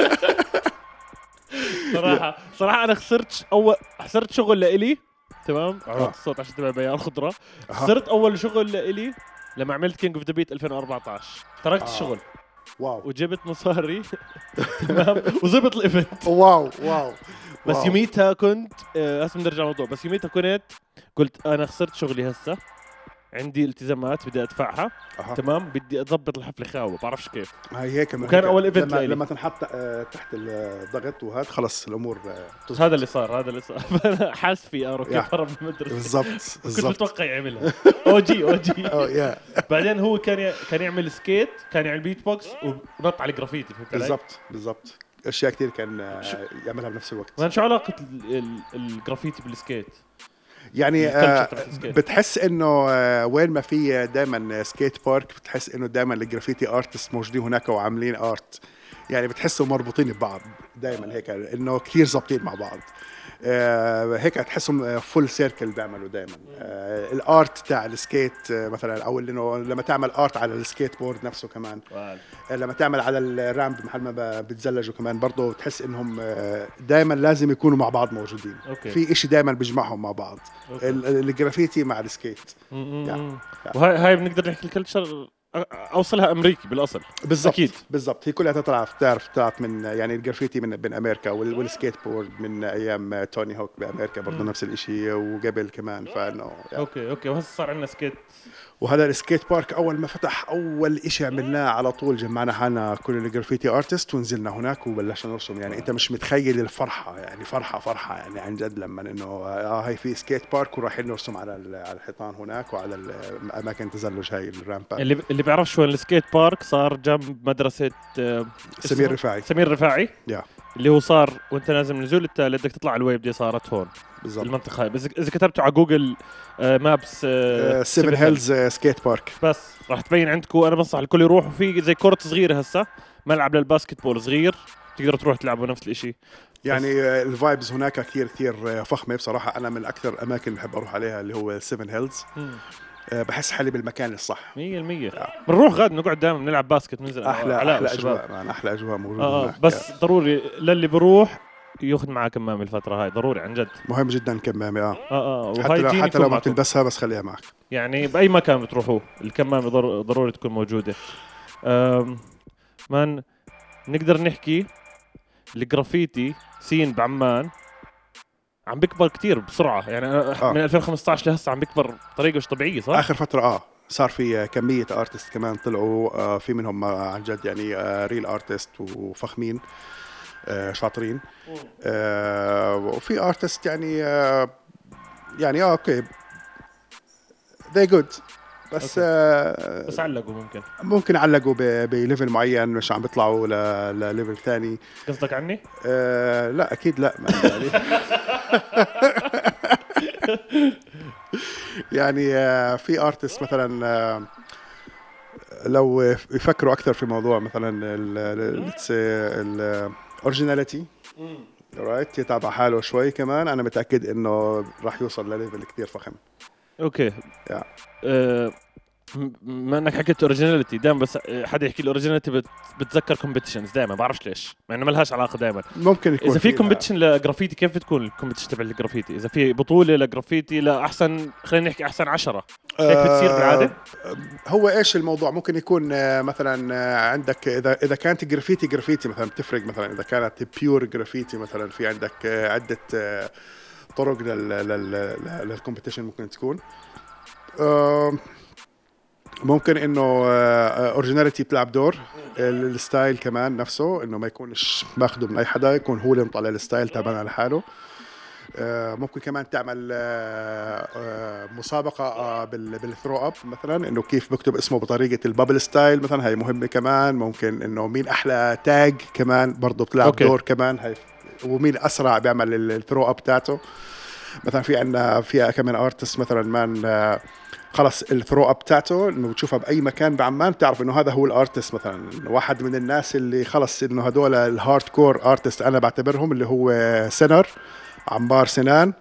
صراحة انا خسرت شغل لإلي. تمام الصوت عشان تبع بيان خضرة. خسرت اول شغل لإلي لما عملت كينج اوف ذا بيت 2014. تركت الشغل واو وجبت مصاري تمام وزبط الايفنت. واو بس يوميتها كنت هسه بنرجع الموضوع. بس يوميتها قلت انا خسرت شغلي هسه، عندي التزامات بدي ادفعها. تمام بدي اضبط الحفله خاوه بعرفش كيف. هاي هيك وكان اول ايفنت لما تنحط تحت الضغط وهذا خلص الامور هذا اللي صار فانا حاس في ارو كيف هرب من المدرسه. بالضبط كنت متوقع يعملها او جي يا بعدين هو كان يعمل سكيت، كان يعمل بيت بوكس ونط على الجرافيتي. فهمت علي؟ بالضبط اشياء كثير كان يعملها بنفس الوقت. ما شو علاقه الجرافيتي بالسكيت؟ يعني بتحس انه وين ما في دائما سكيت بارك بتحس انه دائما الجرافيتي ارتست موجودين هناك وعاملين ارت. يعني بتحسوا مربوطين ببعض دائما هيك، انه كثير ظابطين مع بعض. هيك تحسهم فول سيركل بيعملوا دائما. الارت تاع السكيت مثلا، او انه لما تعمل ارت على السكيت بورد نفسه كمان. لما تعمل على الرامب محل ما بتزلجوا كمان برضه تحس انهم دائما لازم يكونوا مع بعض موجودين. في اشي دائما بيجمعهم مع بعض. الجرافيتي مع السكيت. وهاي بنقدر نحكي الكلتشر اوصلها امريكي بالاصل. بالضبط اكيد بالضبط. هي كلها طلعت من يعني الجرافيتي من امريكا، والسكيت بورد من ايام توني هوك بامريكا برضه نفس الاشي، وقبل كمان. فانه اوكي وهسه صار عندنا سكيت. وهذا السكيت بارك اول ما فتح اول اشي عملناه على طول جمعنا حالنا كل الجرافيتي ارتست ونزلنا هناك وبلشنا نرسم. يعني انت مش متخيل الفرحه، يعني فرحه يعني عن جد لما انه هاي في سكيت بارك ورايحين نرسم على الحيطان هناك وعلى اماكن تزلج هاي الرامبات. اللي بيعرف شو السكيت بارك صار جنب مدرسة سمير رفاعي اللي هو صار وانت نازل من نزول الثالث بدك تطلع على الويب دي صارت هون بالضبط المنطقة هاي. بس اذا كتبتوا على جوجل مابس 7 هيلز سكيت بارك بس راح تبين عندكم. انا بنصح الكل يروحوا فيه زي كرة صغيرة هسه، ملعب للباسكت بول صغير تقدروا تروح تلعبوا نفس الاشي. يعني الفايبز هناك كثير فخمة بصراحة. أنا من أكثر الأماكن اللي بحب أروح عليها اللي هو 7 هيلز. بحس حالي بالمكان الصح 100%. بنروح غاد نقعد دائما نلعب باسكت ننزل أحلى أجواء أحلى أجواء موجودة بس ضروري للي بروح ياخذ معاه كمامة الفترة هاي ضروري عن جد مهم جدا كمامة. حتى لو ما تلبسها بس خليها معك. يعني بأي مكان بتروحوه الكمامة ضروري تكون موجودة. من نقدر نحكي الجرافيتي سين بعمان عم بيكبر كتير بسرعة. يعني من 2015 لهسه عم بيكبر بطريقة مش طبيعية صح؟ آخر فترة صار في كمية ارتست كمان طلعوا، في منهم عن جد يعني ريل ارتست وفخمين شاطرين، وفي ارتست يعني يعني اوكي they good، بس بس علقوا ممكن. ممكن علقوا بليفل معين، مش عم بيطلعوا لليفل ثاني. قصدك عني؟ لا اكيد لا يعني يعني في ارتست مثلا لو يفكروا اكثر في موضوع مثلا الاوريجيناليتي رايت، يتابع حاله شوي كمان، انا متاكد انه راح يوصل لليفل كثير فخم. اوكي. yeah. ما انك حكيت اوريجيناليتي دائما، بس حدا يحكي الاوريجيناليتي بتذكر كومبيتيشنز دائما، بعرفش ليش، مع انه ما لهاش علاقه دائما. ممكن يكون اذا في كومبيتيشن لجرافيتي، كيف بتكون الكومبيتيشن تبع الجرافيتي؟ اذا في بطوله لجرافيتي لاحسن، خلينا نحكي احسن 10، هيك بتصير بالعاده؟ هو ايش الموضوع؟ ممكن يكون مثلا عندك اذا كانت جرافيتي مثلا بتفرق، مثلا اذا كانت بيور جرافيتي مثلا في عندك عده طرق للكومبيتيشن ممكن تكون. ممكن انه اوريجيناليتي بتلعب دور، الستايل كمان نفسه انه ما يكونش ماخده من اي حدا، يكون هو اللي مطلع الستايل تبعنا على حاله. ممكن كمان تعمل مسابقة بالثرو اب مثلا، انه كيف بكتب اسمه بطريقة البابل ستايل مثلا، هاي مهمة كمان. ممكن انه مين احلى تاج كمان برضه بتلعب دور كمان هاي، ومين اسرع بيعمل الثرو اب تاعته. مثلا في عندنا فيها كمان ارتست مثلا مان خلص الثرو اب تاعته انه بتشوفها باي مكان بعمان بتعرف انه هذا هو الارتست. مثلا واحد من الناس اللي خلص انه هدول الهارد كور ارتست انا بعتبرهم، اللي هو سنر عمار سنان.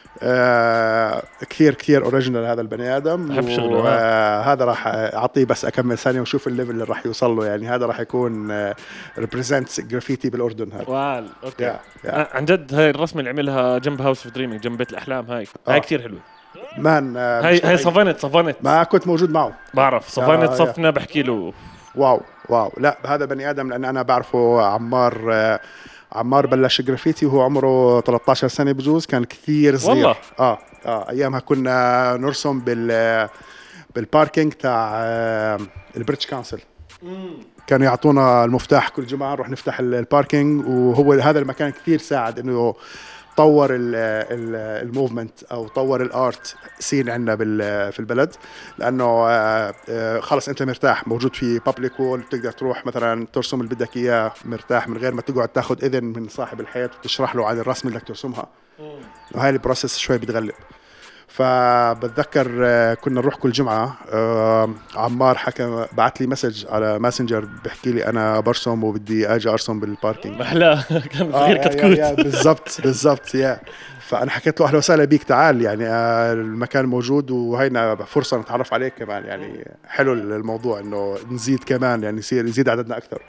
كثير اوريجينال هذا البني ادم، وهذا راح اعطيه بس اكمل ثانيه وشوف الليفل اللي راح يوصل له. يعني هذا راح يكون ريبريزنت جرافيتي بالاردن هذا. وال اوكي. عن جد هاي الرسمه اللي عملها جنب هاوس اوف دريمينج، جنب بيت الاحلام، هاي كثير حلوه مان. هاي صفنت ما كنت موجود معه، بعرف صفنت صفنا بحكي له واو لا هذا بني ادم، لان انا بعرفه عمار بلش جرافيتي وهو عمره 13 سنة بجوز، كان كثير صغير والله. ايامها كنا نرسم بالباركينج تاع البريتش كونسل، كانوا يعطونا المفتاح كل جمعة نروح نفتح الباركينج، وهو هذا المكان كثير ساعد انه طور الموفمنت او طور الارت سين عندنا في البلد، لانه خلص انت مرتاح موجود في بابليك وول، تقدر تروح مثلا ترسم اللي بدك اياه مرتاح من غير ما تقعد تاخذ اذن من صاحب الحيط وتشرح له عن الرسم اللي بدك ترسمها. وهاي البروسيس شوي بتغلب. فبتذكر كنا نروح كل جمعة، عمار حكى بعت لي مسج على ماسنجر بحكي لي أنا برسم وبدي أجي أرسم بالباركينج. محلا كان صغير كتكوت. بالضبط فأنا حكيت له أهلا وسهلا بيك، تعال يعني المكان موجود وهينا فرصة نتعرف عليك كمان. يعني حلو الموضوع إنه نزيد كمان، يعني يزيد عددنا أكثر.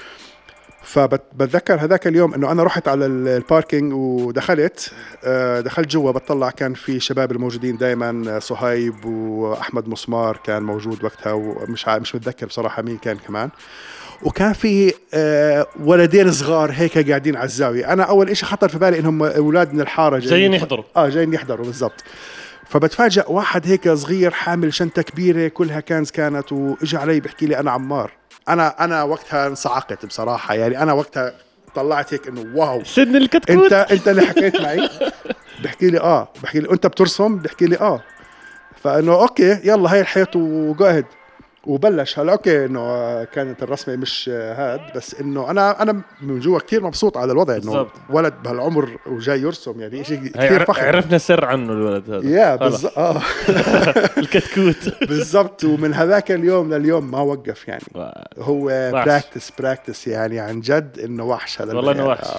فبتذكر هذاك اليوم انه انا رحت على الباركينج ودخلت دخلت جوا بطلع، كان في شباب الموجودين دائما، صهيب واحمد مسمار كان موجود وقتها، ومش مش متذكر بصراحه مين كان كمان. وكان في ولدين صغار هيك قاعدين على الزاويه. انا اول إشي خطر في بالي انهم اولاد من الحاره جايين يحضروا. جايين يحضروا بالضبط. فبتفاجئ واحد هيك صغير حامل شنطه كبيره كلها كانت، واجى علي بحكي لي انا عمار. انا وقتها انصعقت بصراحه، يعني انا وقتها طلعت هيك انه واو سن الكتكوت، انت اللي حكيت معي. بحكي لي بحكي لي انت بترسم؟ بحكي لي فانه اوكي يلا هاي الحيط وجاهد. وبلش هلا اوكي انه كانت الرسمه مش هاد، بس انه انا من جوا كثير مبسوط على الوضع، انه ولد بهالعمر وجاي يرسم، يعني شيء كثير فخر. عرفنا سر عنه الولد هذا. يا بالضبط الكتكوت بالضبط. ومن هذاك اليوم لليوم ما وقف، يعني هو براكتس يعني عن جد انه وحش هذا والله انه وحش.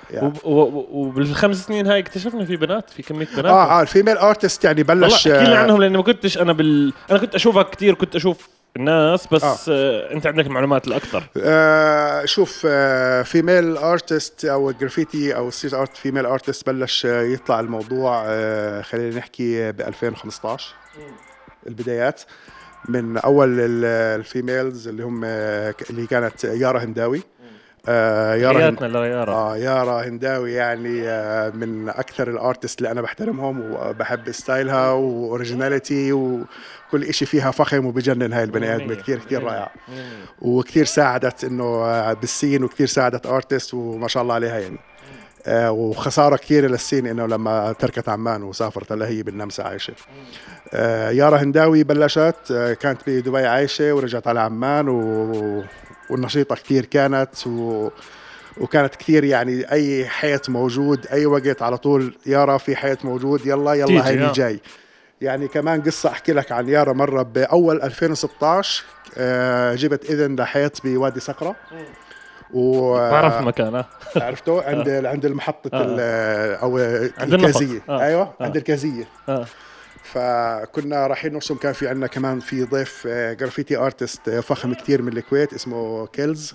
وبال5 سنين هاي اكتشفنا في بنات، في كميه بنات الفيميل ارتست يعني بلش. احكي لي عنهم لانه ما كنتش انا كنت اشوفها كثير، كنت اشوف الناس بس انت عندك المعلومات الاكثر. شوف فيميل ارتست او جرافيتي او ستريت ارت فيميل ارتست بلش يطلع الموضوع خلينا نحكي ب 2015 البدايات. من اول الفيميلز اللي كانت يارا هنداوي، يارا حياتنا ليارا. يارا هنداوي يعني من اكثر الارتست اللي انا بحترمهم وبحب ستايلها واوريجيناليتي وكل إشي فيها فخم وبجنن. هاي البني ادمه كثير رائعه وكثير ساعدت انه بالسين وكثير ساعدت ارتست وما شاء الله عليها يعني. وخساره كثير للسين انه لما تركت عمان وسافرت هلا هي بالنمسا عايشه. يارا هنداوي بلشت كانت بدبي عايشه ورجعت على عمان والنشيطه كثير كانت وكانت كثير يعني اي حيط موجود اي وقت على طول يارا في حيط موجود يلا هيني جاي. يعني كمان قصه احكي لك عن يارا مره باول 2016 جبت اذن لحيط بوادي صقرة بعرف المكان عرفته عند المحطة أو الكازية. أيوة عند الكازية. فكنا رايحين نرسم كان في عندنا كمان في ضيف جرافيتي ارتست فخم كتير من الكويت اسمه كيلز.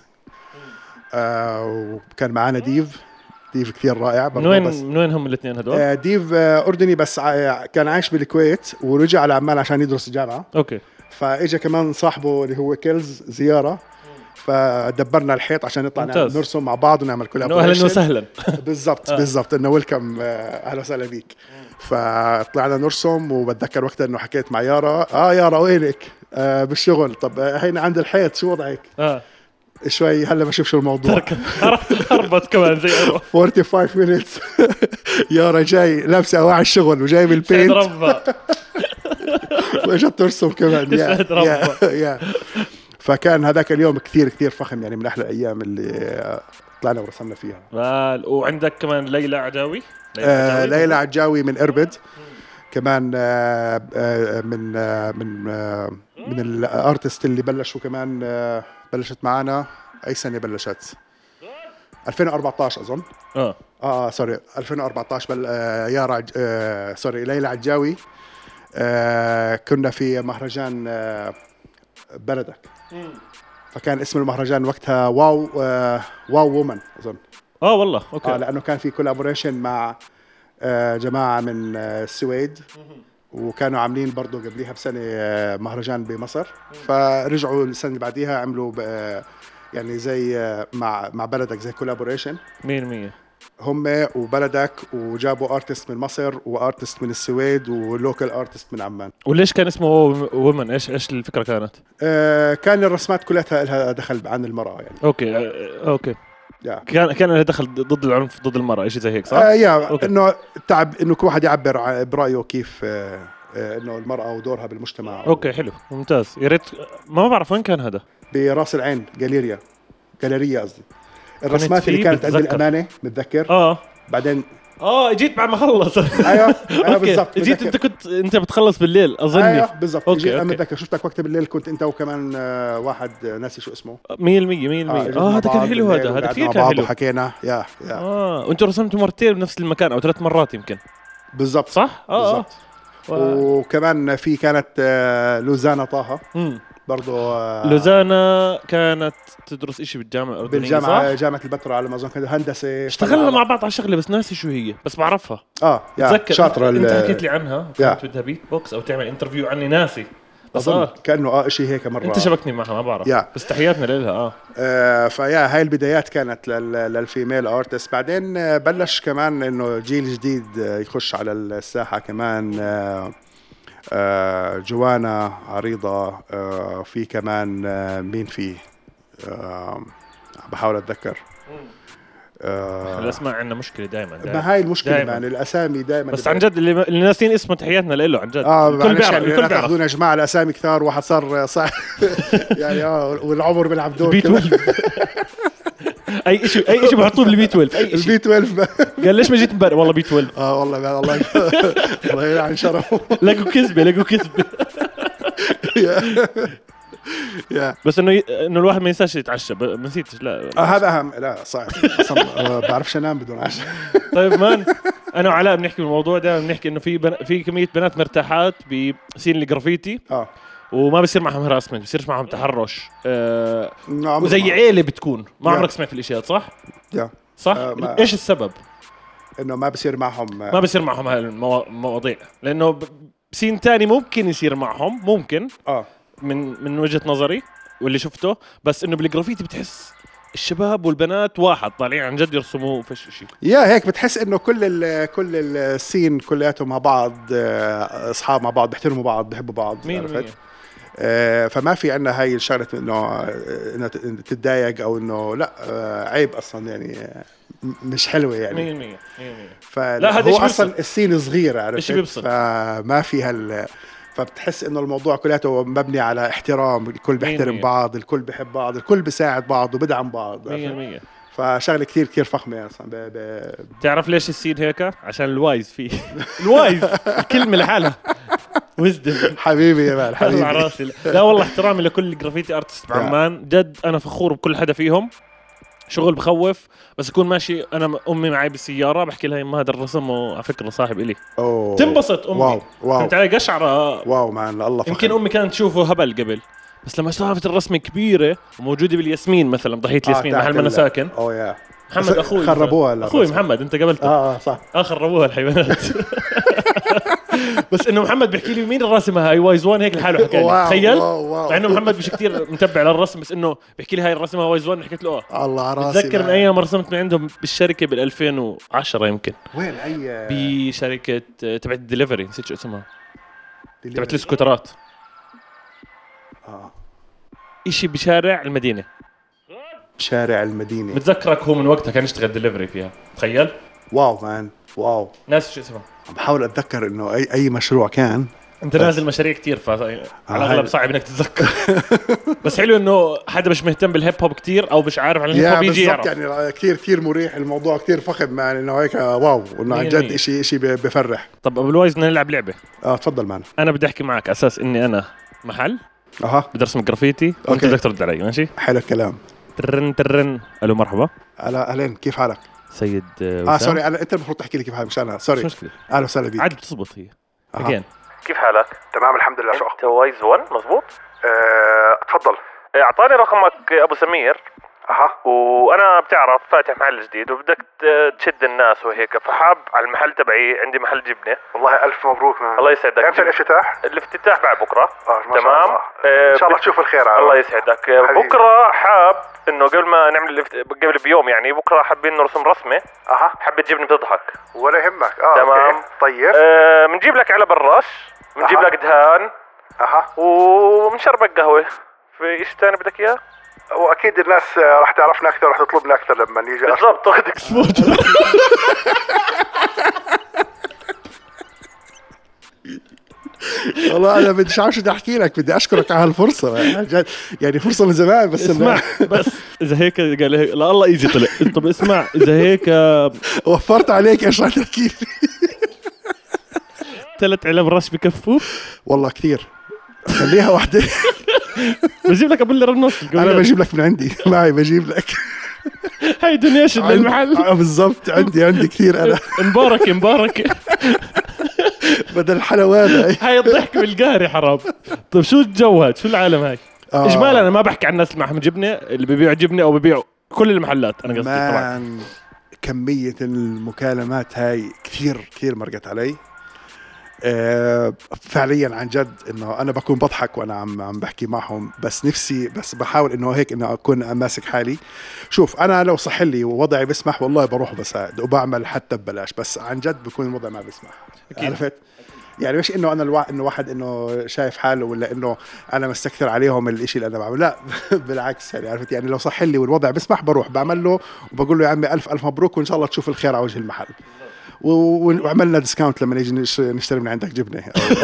وكان معانا ديف كتير رائع. من وين هم الاثنين هدول؟ ديف أردني بس كان عايش بالكويت ورجع على عمان عشان يدرس الجامعة. اوكي. فاجا كمان صاحبه اللي هو كيلز زيارة فدبرنا الحيط عشان نطلع نرسم مع بعض ونعمل كولابوريشن. اهلا وسهلا. بالضبط انه ويلكم اهلا وسهلا بيك. فطلعنا نرسم وبتذكر وقتها انه حكيت مع يارا يارا وينك بالشغل. طب هينا عند الحيط شو وضعك؟ شوي هلا بشوف شو الموضوع. هربت كمان زي 45 minutes. يارا جاي لابسه اواعي الشغل وجاي بالبينت واجت ترسم كمان. يا فكان هذاك اليوم كثير فخم يعني من احلى الايام اللي طلعنا ورسمنا فيها. وعندك كمان ليلى عجاوي. ليلى عجاوي من اربد كمان من الارتست اللي بلشوا كمان بلشت معنا. اي سنه بلشت؟ 2014 اظن. سوري 2014 يارا سوري ليلى عجاوي. كنا في مهرجان بلدك. فكان اسم المهرجان وقتها واو وومن اظن. والله اوكي. لانه كان في كولابوريشن مع جماعه من السويد وكانوا عاملين برضو قبليها بسنه مهرجان بمصر. فرجعوا السنه اللي بعديها عملوا يعني زي مع بلدك زي كولابوريشن 100%. هم وبلدك وجابوا ارتست من مصر وارتست من السويد ولوكال ارتست من عمان. وليش كان اسمه وومن؟ ايش الفكره كانت؟ كان الرسمات كلها لها دخل عن المراه يعني. اوكي كان له دخل ضد العنف ضد المراه شيء زي هيك صح؟ انه انه كل واحد يعبر برايه كيف انه المراه ودورها بالمجتمع. اوكي حلو ممتاز. يا ريت ما بعرف وين كان هذا. براس العين جاليريا قصدي. الرسمات اللي كانت عند الامانه متذكر. بعدين جيت بعد ما خلص. ايوه بالضبط. جيت انت بتخلص بالليل اظني. ايوه بالضبط. انا متذكر شفتك وقت بالليل كنت انت وكمان واحد ناسي شو اسمه. 100%. هذا كان حلو. هذا كثير كان حلو. وحكينا وانتوا رسمتوا مرتين بنفس المكان او 3 مرات يمكن. بالضبط صح. بالضبط. وكمان في كانت لوزانا طه برضو. لوزانا كانت تدرس إشي بالجامعة الأردنية جامعة البتراء على ما أظن كانت هندسة. اشتغلنا مع بعض على شغلة بس ناسي شو هي بس بعرفها. شاطرة. انت حكيت لي عنها كنت بدها بيت بوكس او تعمل انترفيو عني ناسي بس كأنه شيء هيك مرة انت شبكني معها ما بعرف. بس تحياتنا لها. فيا هاي البدايات كانت للفيميل ارتست. بعدين بلش كمان انه جيل جديد يخش على الساحة كمان. جوانا عريضة. في كمان مين فيه بحاول اتذكر. الاسماء عندنا مشكله دائما. ما هاي المشكله يعني الاسامي دائما. بس عن جد اللي ناسين اسمه تحياتنا له عن جد. الكل بيعرف تاخذون يا جماعه الاسامي كثار واحد صار صح. يعني والعمر بيلعب دور. اي شيء بحطوه بالبي 12. اي شيء البي 12. قال ليش ما جيت امبارح والله بي 12. والله الله يلعن شرفه. لقوا كذبه. بس انه الواحد ما ينساش يتعشى. ما نسيتش. لا هذا اهم. لا صعب اصلا بعرفش انام بدون عشاء. طيب مان انا وعلاء بنحكي بالموضوع ده. بنحكي انه في كميه بنات مرتاحات بسين الجرافيتي وما بصير معهم هراسمنت بصيرش معهم تحرش. وزي عيله بتكون ما عمرك سمعت الاشياء صح؟ صح. ايش السبب؟ انه ما بصير معهم هاي المواضيع لانه بسين تاني ممكن يصير معهم ممكن من وجهة نظري واللي شفته. بس انه بالجرافيتي بتحس الشباب والبنات واحد طالعين عن جد يرسموا فيش شيء. يا هيك بتحس انه كل السين كلياتهم مع بعض، اصحاب مع بعض، بيحترموا بعض، بيحبوا بعض. فما في عندنا هاي الشغله انه تتضايق او انه لا، عيب اصلا يعني، مش حلوه يعني 100%. لا هذا هو اصلا السين صغير، عرفت؟ فما في فبتحس انه الموضوع كلياته مبني على احترام، الكل بيحترم بعض، الكل بيحب بعض، الكل بيساعد بعض وبدعم بعض 100%. فشغله كثير كثير فخمه اصلا. تعرف ليش السين هيك؟ عشان الوايز فيه الوايز الكلمه لحالها وزدم. حبيبي يا مان، حبيبي على راسي. لا والله احترامي لكل الجرافيتي ارتست بعمان، جد انا فخور بكل حدا فيهم. شغل بخوف، بس اكون ماشي انا امي معي بالسياره بحكي لها ما هذا الرسم على فكره صاحب الي، تنبسط امي. واو فهمت علي؟ قشعره. واو مان، الله فخر. يمكن امي كانت تشوفه هبل قبل، بس لما شافت الرسمه كبيره وموجوده بالياسمين مثلا، ضحيه الياسمين محل ما انا ساكن. يا محمد اخوي خربوها. اخوي محمد انت قبلته. صح. خربوها الحيوانات. بس انه محمد بيحكي لي مين الراسمه هاي وايز 1 هيك لحاله حكى لي. تخيل، مع انه محمد مش كثير متبع للرسم، بس انه بيحكي لي هاي الرسمه وايز 1. حكيت له الله على راسي. بتذكر من ايام رسمت من عندهم بالشركه بال 2010 يمكن. وين اي؟ بشركه تبعت الدليفري، نسيت شو اسمها، تبعت السكوترات. اشي بشارع المدينه. شارع المدينه متذكرك هو من وقتها كان يشتغل دليفري فيها. تخيل. واو مان، واو. ناس شو اسمها، عم بحاول اتذكر انه اي مشروع كان. انت نازل مشاريع كتير، على الاغلب صعب انك تتذكر. بس حلو انه حدا مش مهتم بالهيب هوب كتير او مش عارف عن الهيب هوب يجي يعرف. يعني كتير مريح الموضوع، كتير فخم يعني، انه هيك واو، انه عن جد شيء بفرح. طب ابو الوايز بدنا نلعب لعبه. تفضل معنا. انا بدي احكي معك اساس اني انا محل بدي ارسم جرافيتي وانت بدك ترد علي. ماشي، حلو الكلام. ترن. الو مرحبا. اهلين، كيف حالك؟ سيد وسام. سوري، انت المفروض تحكي لي كيف حالك، مش انا. سوري. مش مشكله. اهلا وسهلا بيك. عاد بتزبط هي. أجين. كيف حالك؟ تمام الحمد لله. انت وايز 1 مزبوط؟ تفضل. اعطاني رقمك ابو سمير. وانا بتعرف فاتح محل جديد وبدك تشد الناس وهيك، فحاب على المحل تبعي، عندي محل جبنه. والله الف مبروك مان. الله يسعدك. امتى الافتتاح؟ الافتتاح بعد بكره. تمام. ان شاء الله تشوف الخير. الله يسعدك. بكره حاب انه قبل ما نعمل قبل بيوم يعني، بكره حابين نرسم رسمه. حابه تجيبني بتضحك. ولا يهمك. تمام. طيب. بنجيب لك على براش، بنجيب لك دهان. وبنشربك قهوه. في ايش ثاني بدك اياه؟ واكيد الناس راح تعرفنا اكثر، راح تطلبنا اكثر لما نيجي. بالضبط، تاخذ اكسبوجر. والله انا بدي عارف شو احكي لك، بدي اشكرك على هالفرصه يعني فرصه من زمان. بس اسمع بس اذا هيك قال لا الله ايزي طلع. طب اسمع، اذا هيك وفرت عليك ايش راح تحكي لي؟ 3 علب رش بكفوا والله كثير. خليها واحده. بجيب لك ابو النص. انا بجيب لك من عندي معي، بجيب لك. هاي دونيشن للمحل. بالضبط، عندي كثير انا. مبارك بدل الحلوات هاي الضحك بالقهري حرام. طيب شو الجو شو العالم هاي؟ اجمالا انا ما بحكي عن الناس اللي معهم جبنه، اللي بيبيعوا جبنه او بيبيعوا كل المحلات، انا قصدي طبعا. كميه المكالمات هاي كثير مرقت علي. فعليا عن جد انه انا بكون بضحك وانا عم بحكي معهم، بس نفسي بس بحاول انه هيك انه اكون ماسك حالي. شوف انا لو صح لي ووضعي بسمح والله بروح بساعد وبعمل حتى ببلاش، بس عن جد بكون الوضع ما بسمح. عرفت يعني؟ مش انه انا انه واحد انه شايف حاله ولا انه انا مستكثر عليهم الاشي اللي انا بعمله، لا. بالعكس يعني، عرفت يعني لو صح لي والوضع بسمح بروح بعمل له وبقول له يا عمي الف مبروك، وان شاء الله تشوف الخير على وجه المحل. وعملنا ديسكاونت لما نيجي نشتري من عندك جبنه.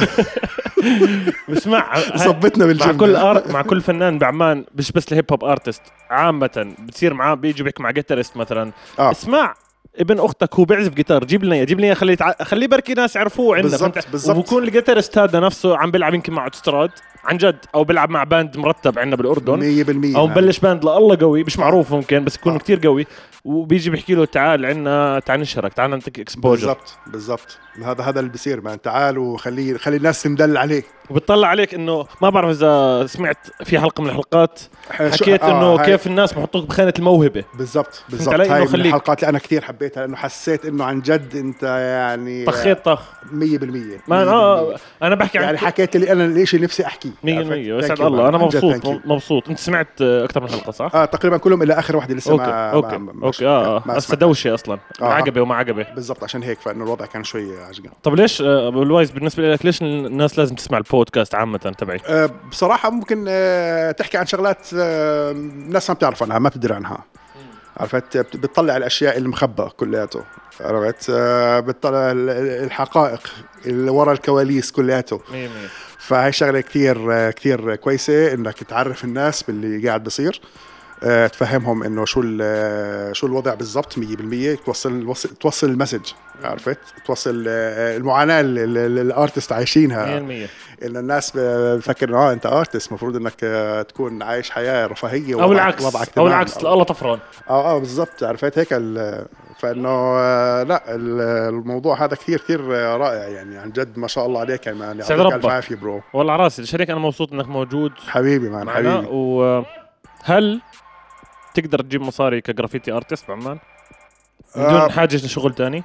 بسمع صبتنا بالجبنه. مع كل فنان بعمان، مش بس الهيب هوب ارتست عامه، بتصير معاه بيجي بيحكي مع جيتارست مثلا. اسمع، ابن اختك هو بيعزف جيتار، جيب لنا خليه بركي ناس يعرفوه عندنا. بالضبط. وبكون الجيتارست هذا نفسه عم بيلعب يمكن مع اوتستراد عن جد، او بيلعب مع باند مرتب عندنا بالاردن 100%، او مبلش باند لله قوي مش معروف ممكن، بس يكون كتير قوي، وبيجي بيحكي له تعال عنا، تعال نشهرك، تعال نعطيك اكسبوجر. بالضبط هذا اللي بيصير مان. تعال وخلي الناس تمدل عليك وبتطلع عليك. انه ما بعرف اذا سمعت في حلقه من الحلقات حكيت انه كيف الناس بحطوك بخانه الموهبه. بالضبط هاي من الحلقات اللي انا كثير حبيتها لانه حسيت انه عن جد انت يعني طخيت طخ 100%. ما انا بحكي عن يعني حكيت لي انا الاشي نفسي احكيه 100%. يسعد الله، انا مبسوط. انت سمعت اكثر من حلقه صح؟ تقريبا كلهم الا اخر واحده لسه اوكي هسه دوشه اصلا من عقبه وما عقبه بالضبط، عشان هيك فانه الوضع كان شوي عجقان. طب ليش ابو الوايز بالنسبه لك ليش الناس لازم تسمع البودكاست عامه تبعي؟ بصراحه ممكن تحكي عن شغلات الناس ما بتعرف عنها، ما بتدري عنها، عرفت؟ بتطلع الاشياء المخبأة كلياته، عرفت؟ بتطلع الحقائق اللي ورا الكواليس كلياته. 100%. فهي شغله كثير كويسه انك تعرف الناس باللي قاعد بصير، تفهمهم انه شو الوضع بالضبط 100%. توصل المسج، عرفت؟ توصل المعاناه اللي الارتست عايشينها 100%. ان الناس بفكر انه انت ارتست المفروض انك تكون عايش حياه رفاهيه او العكس الله طفران. بالضبط، عرفت هيك فانه لا الموضوع هذا كثير رائع يعني، عن جد ما شاء الله عليك يعني، يعطيك الف عافيه برو. والله راسي شريك، انا مبسوط انك موجود حبيبي مان حبيبي. وهل تقدر تجيب مصاري كجرافيتي ارتست بعمان بدون حاجه لشغل تاني؟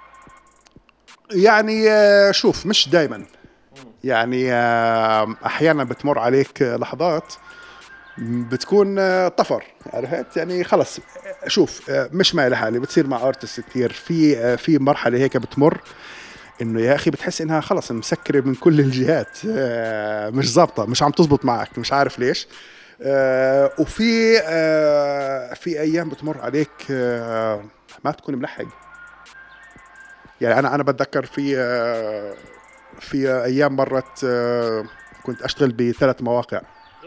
يعني شوف مش دايما يعني، احيانا بتمر عليك لحظات بتكون طفر، عرفت يعني؟ خلص شوف مش مالي حالي، بتصير مع ارتست كثير في مرحله هيك بتمر انه يا اخي بتحس انها خلص مسكره من كل الجهات، مش ظابطه، مش عم تزبط معك، مش عارف ليش. وفي في ايام بتمر عليك ما تكون ملحق يعني. انا بتذكر في ايام مرت كنت اشتغل ب3 مواقع.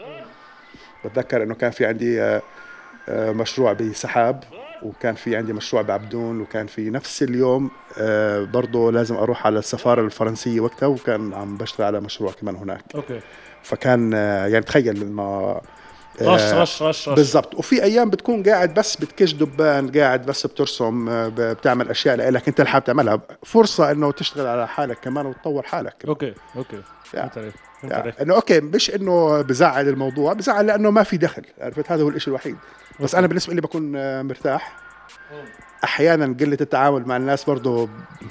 بتذكر انه كان في عندي مشروع بسحاب، وكان في عندي مشروع بعبدون، وكان في نفس اليوم برضه لازم اروح على السفاره الفرنسيه وقتها، وكان عم بشتغل على مشروع كمان هناك. اوكي. فكان يعني تخيل انه رش بالضبط. وفي ايام بتكون قاعد بس بتكش دبان، قاعد بس بترسم، بتعمل اشياء لك انت اللي حابب تعملها، فرصه انه تشتغل على حالك كمان وتطور حالك. اوكي انه اوكي مش انه بزعل الموضوع، بزعل لانه ما في دخل، عرفت؟ هذا هو الاشي الوحيد. بس انا بالنسبه لي بكون مرتاح. احيانا قله التعامل مع الناس برضو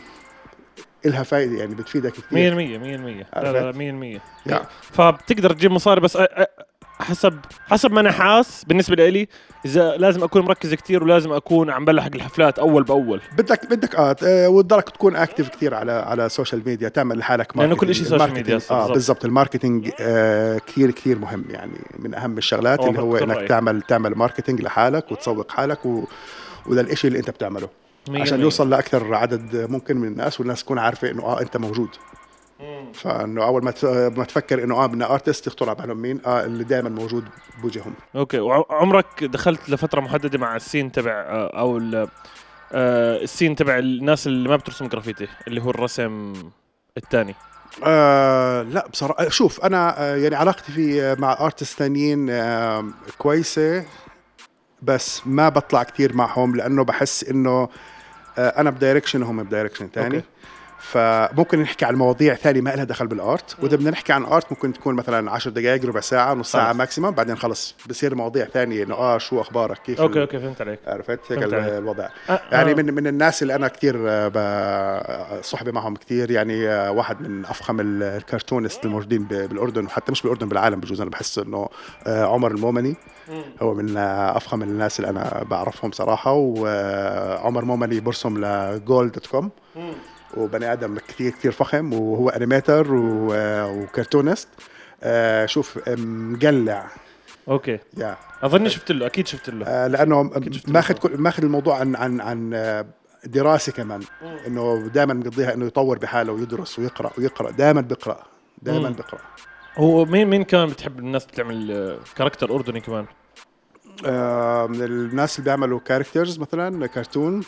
إلها فايده يعني، بتفيدك كثير 100%. لا 100%. فبتقدر تجيب مصاري، بس حسب ما انا حاس بالنسبه لي، اذا لازم اكون مركز كتير ولازم اكون عم بلحق الحفلات اول باول. بدك وتضلك تكون اكتف كتير على السوشيال ميديا، تعمل لحالك ماركتينج، لانه كل شيء سوشيال ميديا. بالضبط. الماركتينج كتير مهم يعني، من اهم الشغلات اللي هو انك تعمل ماركتينج لحالك وتسوق حالك وللشيء اللي انت بتعمله، عشان يوصل لاكثر عدد ممكن من الناس، والناس تكون عارفه انه انت موجود. فانه اول ما تفكر انه بدنا ارتست، يخطر على بالهم مين اللي دائما موجود بوجههم. اوكي. وعمرك دخلت لفتره محدده مع السين تبع او السين تبع الناس اللي ما بترسم جرافيتي، اللي هو الرسم الثاني؟ لا بصراحه شوف انا يعني علاقتي مع ارتست ثانيين كويسه، بس ما بطلع كثير معهم، لانه بحس انه انا بدايركشن وهم بدايركشن ثاني. فممكن نحكي عن مواضيع ثانية ما لها دخل بالارت، واذا بدنا نحكي عن ارت ممكن تكون مثلا 10 دقائق، ربع ساعة، نص ساعة ماكسيمم، بعدين خلص بصير مواضيع ثانية انه شو اخبارك، كيف اوكي فهمت عليك، عرفت هيك الوضع. يعني من الناس اللي انا كثير صحبة معهم كثير يعني، واحد من افخم الكرتونست الموجودين بالاردن، وحتى مش بالاردن بالعالم بجوز، انا بحس انه عمر المومني هو من افخم الناس اللي انا بعرفهم صراحة. وعمر مومني برسم لجولد.com، وبني ادم كثير فخم، وهو انيميتر وكرتونست. شوف مقلع. اوكي. اظن اكيد شفت له لانه ماخذ الموضوع عن دراسه كمان، انه دائما مقضيها انه يطور بحاله ويدرس ويقرا دائما بيقرا. هو مين كمان بتحب الناس بتعمل كاركتر اردني كمان؟ من الناس اللي بيعملوا كاركترز مثلا كرتون،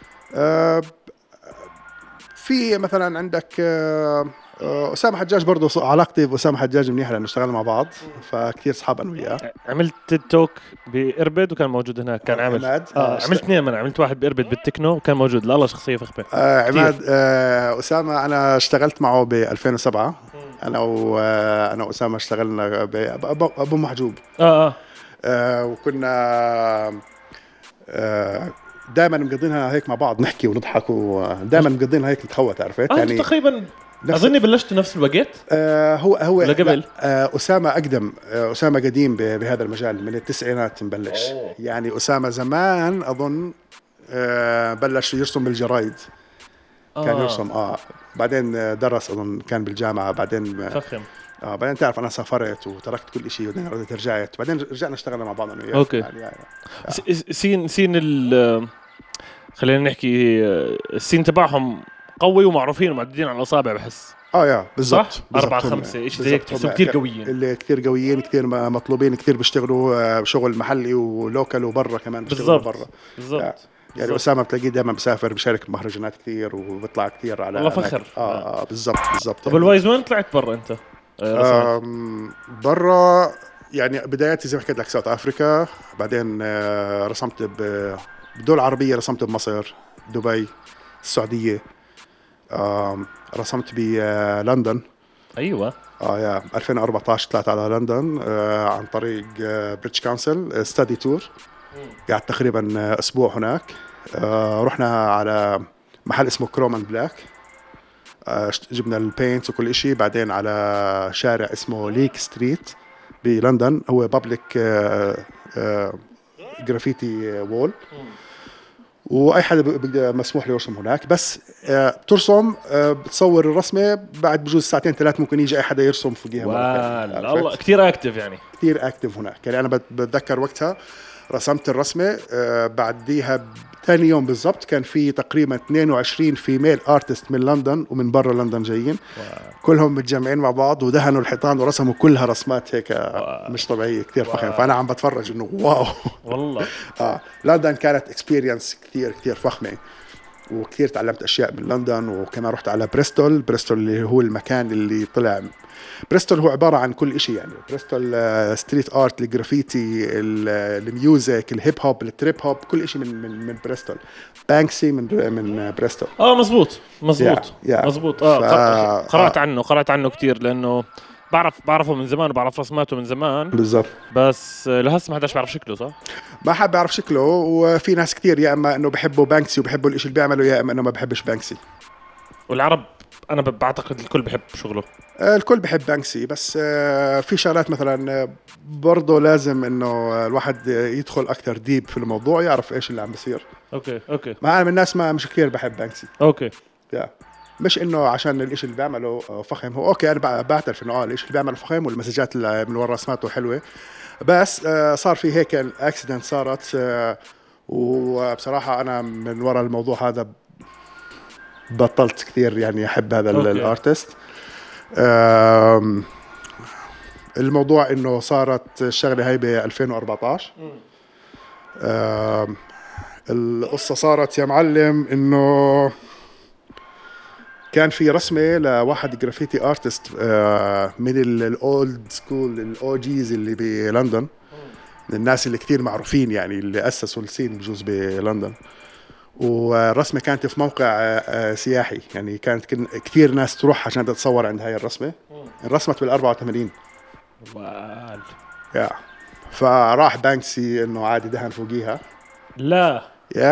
في مثلا عندك أسامة حجاج. برضو علاقتي بأسامة حجاج منيحة لأنه اشتغلنا مع بعض، فكتير صحاب أنا وياه. عملت تيد توك بإربد وكان موجود هناك، كان عامل عملت 2. أنا عملت واحد بإربد بالتكنو وكان موجود. لا شخصية فخمة. عماد أسامة أنا اشتغلت معه ب 2007. أنا وأسامة اشتغلنا بأبو محجوب. وكنا دائما مقضينها هيك مع بعض نحكي ونضحك ودائما مقضينها هيك نتخوت عرفت يعني تقريبا اظني بلشت نفس الوقت. هو ولا قبل؟ اسامه اقدم، اسامه قديم بهذا المجال من التسعينات مبلش. يعني اسامه زمان اظن بلش يرسم بالجرايد. كان يرسم بعدين درس اظن كان بالجامعه، بعدين فخم. بعدين تعرف انا سافرت وتركت كل شيء وبعدين رجعت، بعدين رجعنا اشتغلنا مع بعض انا وياه. اوكي. سين خلينا نحكي السين تبعهم قوي ومعروفين ومعدودين على الاصابع بحس. يا بالضبط 4-5 شيء زي هيك، تحسهم كثير قويين. اللي كثير قويين، كثير مطلوبين، كثير بيشتغلوا شغل محلي ولوكال وبرا كمان بيشتغلوا برا. بالضبط. يعني أسامة بتلاقيه دائما بسافر بشارك بمهرجانات كثير وبيطلع كثير على الله فخر. بالضبط. طب الوايز وين طلعت برا انت؟ برا يعني بداياتي زي ما حكيت لك ساوث افريكا، بعدين رسمت بدول عربية، رسمت بمصر، دبي، السعودية، رسمت بلندن. ايوه يا 2014 طلعت على لندن عن طريق بريتش كونسل ستادي تور. قعدت تقريبا اسبوع هناك. رحنا على محل اسمه كرومان بلاك، جبنا البينت وكل إشي. بعدين على شارع اسمه ليك ستريت بلندن، هو بابليك جرافيتي وول، واي حدا بيقدر مسموح له يرسم هناك. بس بترسم بتصور الرسمه، بعد بجوز ساعتين ثلاث ممكن يجي اي حدا يرسم فوقيها مره. الله كثير اكتف، يعني كثير اكتف هناك. يعني انا بتذكر وقتها رسمت الرسمه، بعديها ثاني يوم بالضبط كان في تقريبا 22 فيميل ارتست من لندن ومن برا لندن جايين. كلهم متجمعين مع بعض ودهنوا الحيطان ورسموا كلها رسمات هيك مش طبيعيه، كثير فخم. فانا عم بتفرج انه واو والله. لندن كانت اكسبيرينس كثير فخمه، وكثير تعلمت اشياء من لندن. وكمان رحت على بريستول اللي هو المكان اللي طلع. بريستول هو عباره عن كل شيء، يعني بريستول ستريت ارت، الجرافيتي، الميوزك، الهيب هوب، التريب هوب، كل شيء من بريستول. بانكسي من بريستول. مزبوط قرأت عنه كثير، لانه بعرفه من زمان وبعرف رسماته من زمان. بالضبط. بس لهسه ما حداش بيعرف شكله، صح؟ ما حد بيعرف شكله. وفي ناس كثير يا اما انه بحبوا بانكسي وبحبوا الاشي اللي بيعمله، يا اما انه ما بحبش بانكسي. والعرب انا بعتقد الكل بحب شغله. الكل بحب بانكسي، بس في شغلات مثلا برضه لازم انه الواحد يدخل اكثر ديب في الموضوع، يعرف ايش اللي عم بيصير. اوكي. ما انا من الناس ما مش كثير بحب بانكسي. اوكي. مش انه عشان الاشي اللي بيعمله فخم. هو اوكي انا بعترف انه الاشي اللي بيعمله فخم والمسجات اللي من ورا رسماته حلوه، بس صار في هيك الاكسيدنت صارت. وبصراحه انا من ورا الموضوع هذا بطلت كثير يعني احب هذا الارتست. الموضوع انه صارت الشغله هاي ب 2014. القصه صارت يا معلم انه كان في رسمه لواحد جرافيتي ارتست من الاولد سكول، الاو جيز اللي بلندن، من الناس اللي كثير معروفين، يعني اللي اسسوا السين بجوز بلندن. والرسمه كانت في موقع سياحي، يعني كانت كثير ناس تروح عشان تتصور عند هاي الرسمه. انرسمت بال84. فراح بانكسي انه عادي دهن فوقيها. لا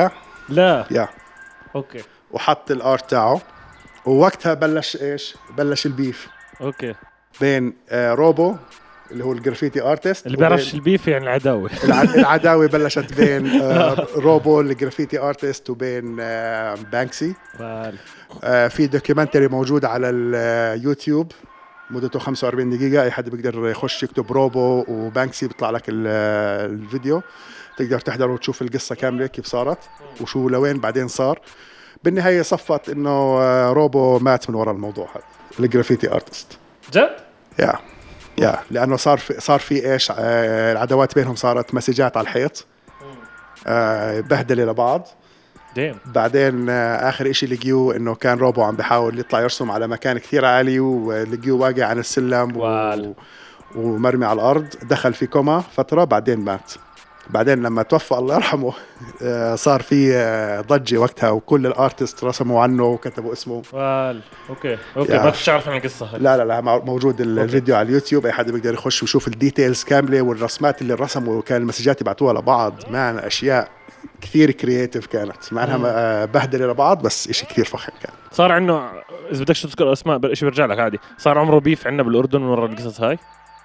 اوكي. وحط الارت تاعه. ووقتها بلش البيف. اوكي. بين روبو اللي هو الجرافيتي ارتست، اللي بيعرفش البيف يعني العداوه. العداوه بلشت بين روبو الجرافيتي ارتست وبين بانكسي. في دوكيومنتري موجود على اليوتيوب مدته 45 دقيقه، اي حد بيقدر يخش يكتب روبو وبانكسي بيطلع لك الفيديو، تقدر تحضر وتشوف القصه كامله كيف صارت وشو لوين بعدين صار. بالنهايه صفت انه روبو مات من وراء الموضوع هذا، الجرافيتي ارتست. جد؟ لانه صار في ايش، العداوات بينهم صارت مسجات على الحيط، بهدله لبعض. بعدين اخر اشي لقيوه انه كان روبو عم بيحاول يطلع يرسم على مكان كثير عالي، ولقيوه واقع عن السلم ومرمي على الارض. دخل في كوما فتره، بعدين مات. بعدين لما توفى الله يرحمه صار في ضجة وقتها، وكل الارتست رسموا عنه وكتبوا اسمه. اوكي ما كنتش عارف عن القصه هاي. لا موجود الفيديو على اليوتيوب، اي حد بيقدر يخش ويشوف الديتيلز كامله والرسمات اللي رسموا، وكان المسجات يبعتوها لبعض. معنا اشياء كثير كرياتيف كانت، مع انها بهدله لبعض، بس اشي كثير فخم كان. صار عنه اذا بدكش تذكر اسماء بالشيء برجع لك عادي. صار عمره بيف عندنا بالاردن ورا القصص هاي.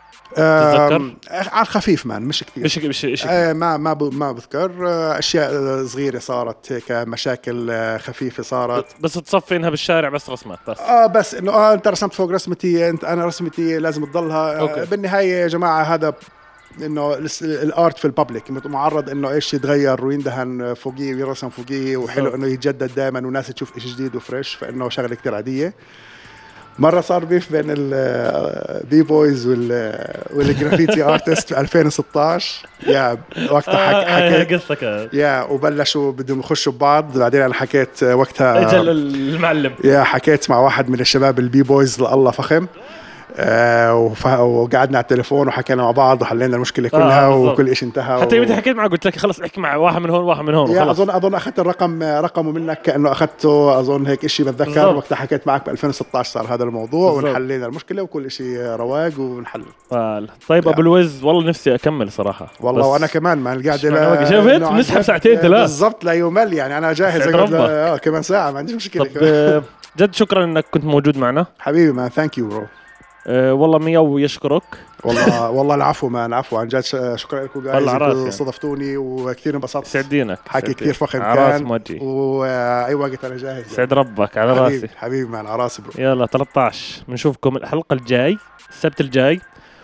تتذكر على الخفيف مان، مش كثير، مش ما بذكر. اشياء صغيره صارت هيك، مشاكل خفيفه صارت، بس تصفي انها بالشارع بس رسمات بس. بس انه انت رسمت فوق رسمتي، انا رسمتي لازم تضلها. بالنهايه يا جماعه هذا انه الارت في الببليك معرض انه ايش يتغير ويندهن فوقيه ويرسم فوقيه، وحلو انه يتجدد دائما والناس تشوف شيء جديد وفريش، فانه شغله كتير عاديه. مرة صار بيف بين البي بويز والجرافيتي ارتست في 2016. يا وقتها حكيت قصتك وبلشوا بدهم يخشوا ببعض. بعدين انا حكيت وقتها اجل المعلم حكيت مع واحد من الشباب البي بويز الله فخم، وقعدنا على التليفون وحكينا مع بعض وحلينا المشكله كلها، وكل شيء انتهى. حتى متى حكيت معه قلت لك خلص احكي مع واحد من هون واحد من هون. اظن اخذت رقمه منك، كانه اخذته اظن هيك شيء بتذكر. وقتها حكيت معك ب 2016 صار هذا الموضوع، ونحلينا المشكله وكل شيء رواق ونحل. طيب ابو الوز والله نفسي اكمل صراحه والله، وانا كمان ما القعده شفت نسحب ساعتين ثلاث بالضبط لا يمل. يعني انا جاهز اقعد كمان ساعه، ما عنديش مشكله. طب جد شكرا انك كنت موجود معنا حبيبي مان. ثانك يو برو. والله مياو يشكرك. والله العفو مان، العفو عن جد. شكرا لكم جايز، استضفتوني وكثير انبسطت. سعدينك، حكي كثير فخم كان، واي وقت انا جاهز. سعد ربك على راسي حبيبي مان، على راسي برو. يلا 13 بنشوفكم الحلقه الجاي السبت الجاي،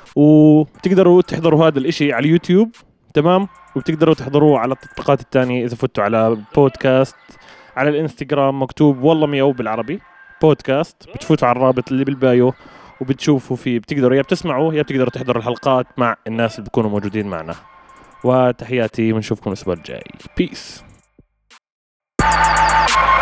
وبتقدروا تحضروا هذا الاشي على اليوتيوب تمام، وبتقدروا تحضروه على التطبيقات الثانيه. اذا فتوا على بودكاست على الانستغرام مكتوب والله مياو بالعربي بودكاست، بتفوتوا على الرابط اللي بالبايو وبتشوفوا فيه. بتقدروا يا بتسمعوا يا بتقدروا تحضروا الحلقات مع الناس اللي بيكونوا موجودين معنا. وتحياتي ونشوفكم الأسبوع الجاي. بيس.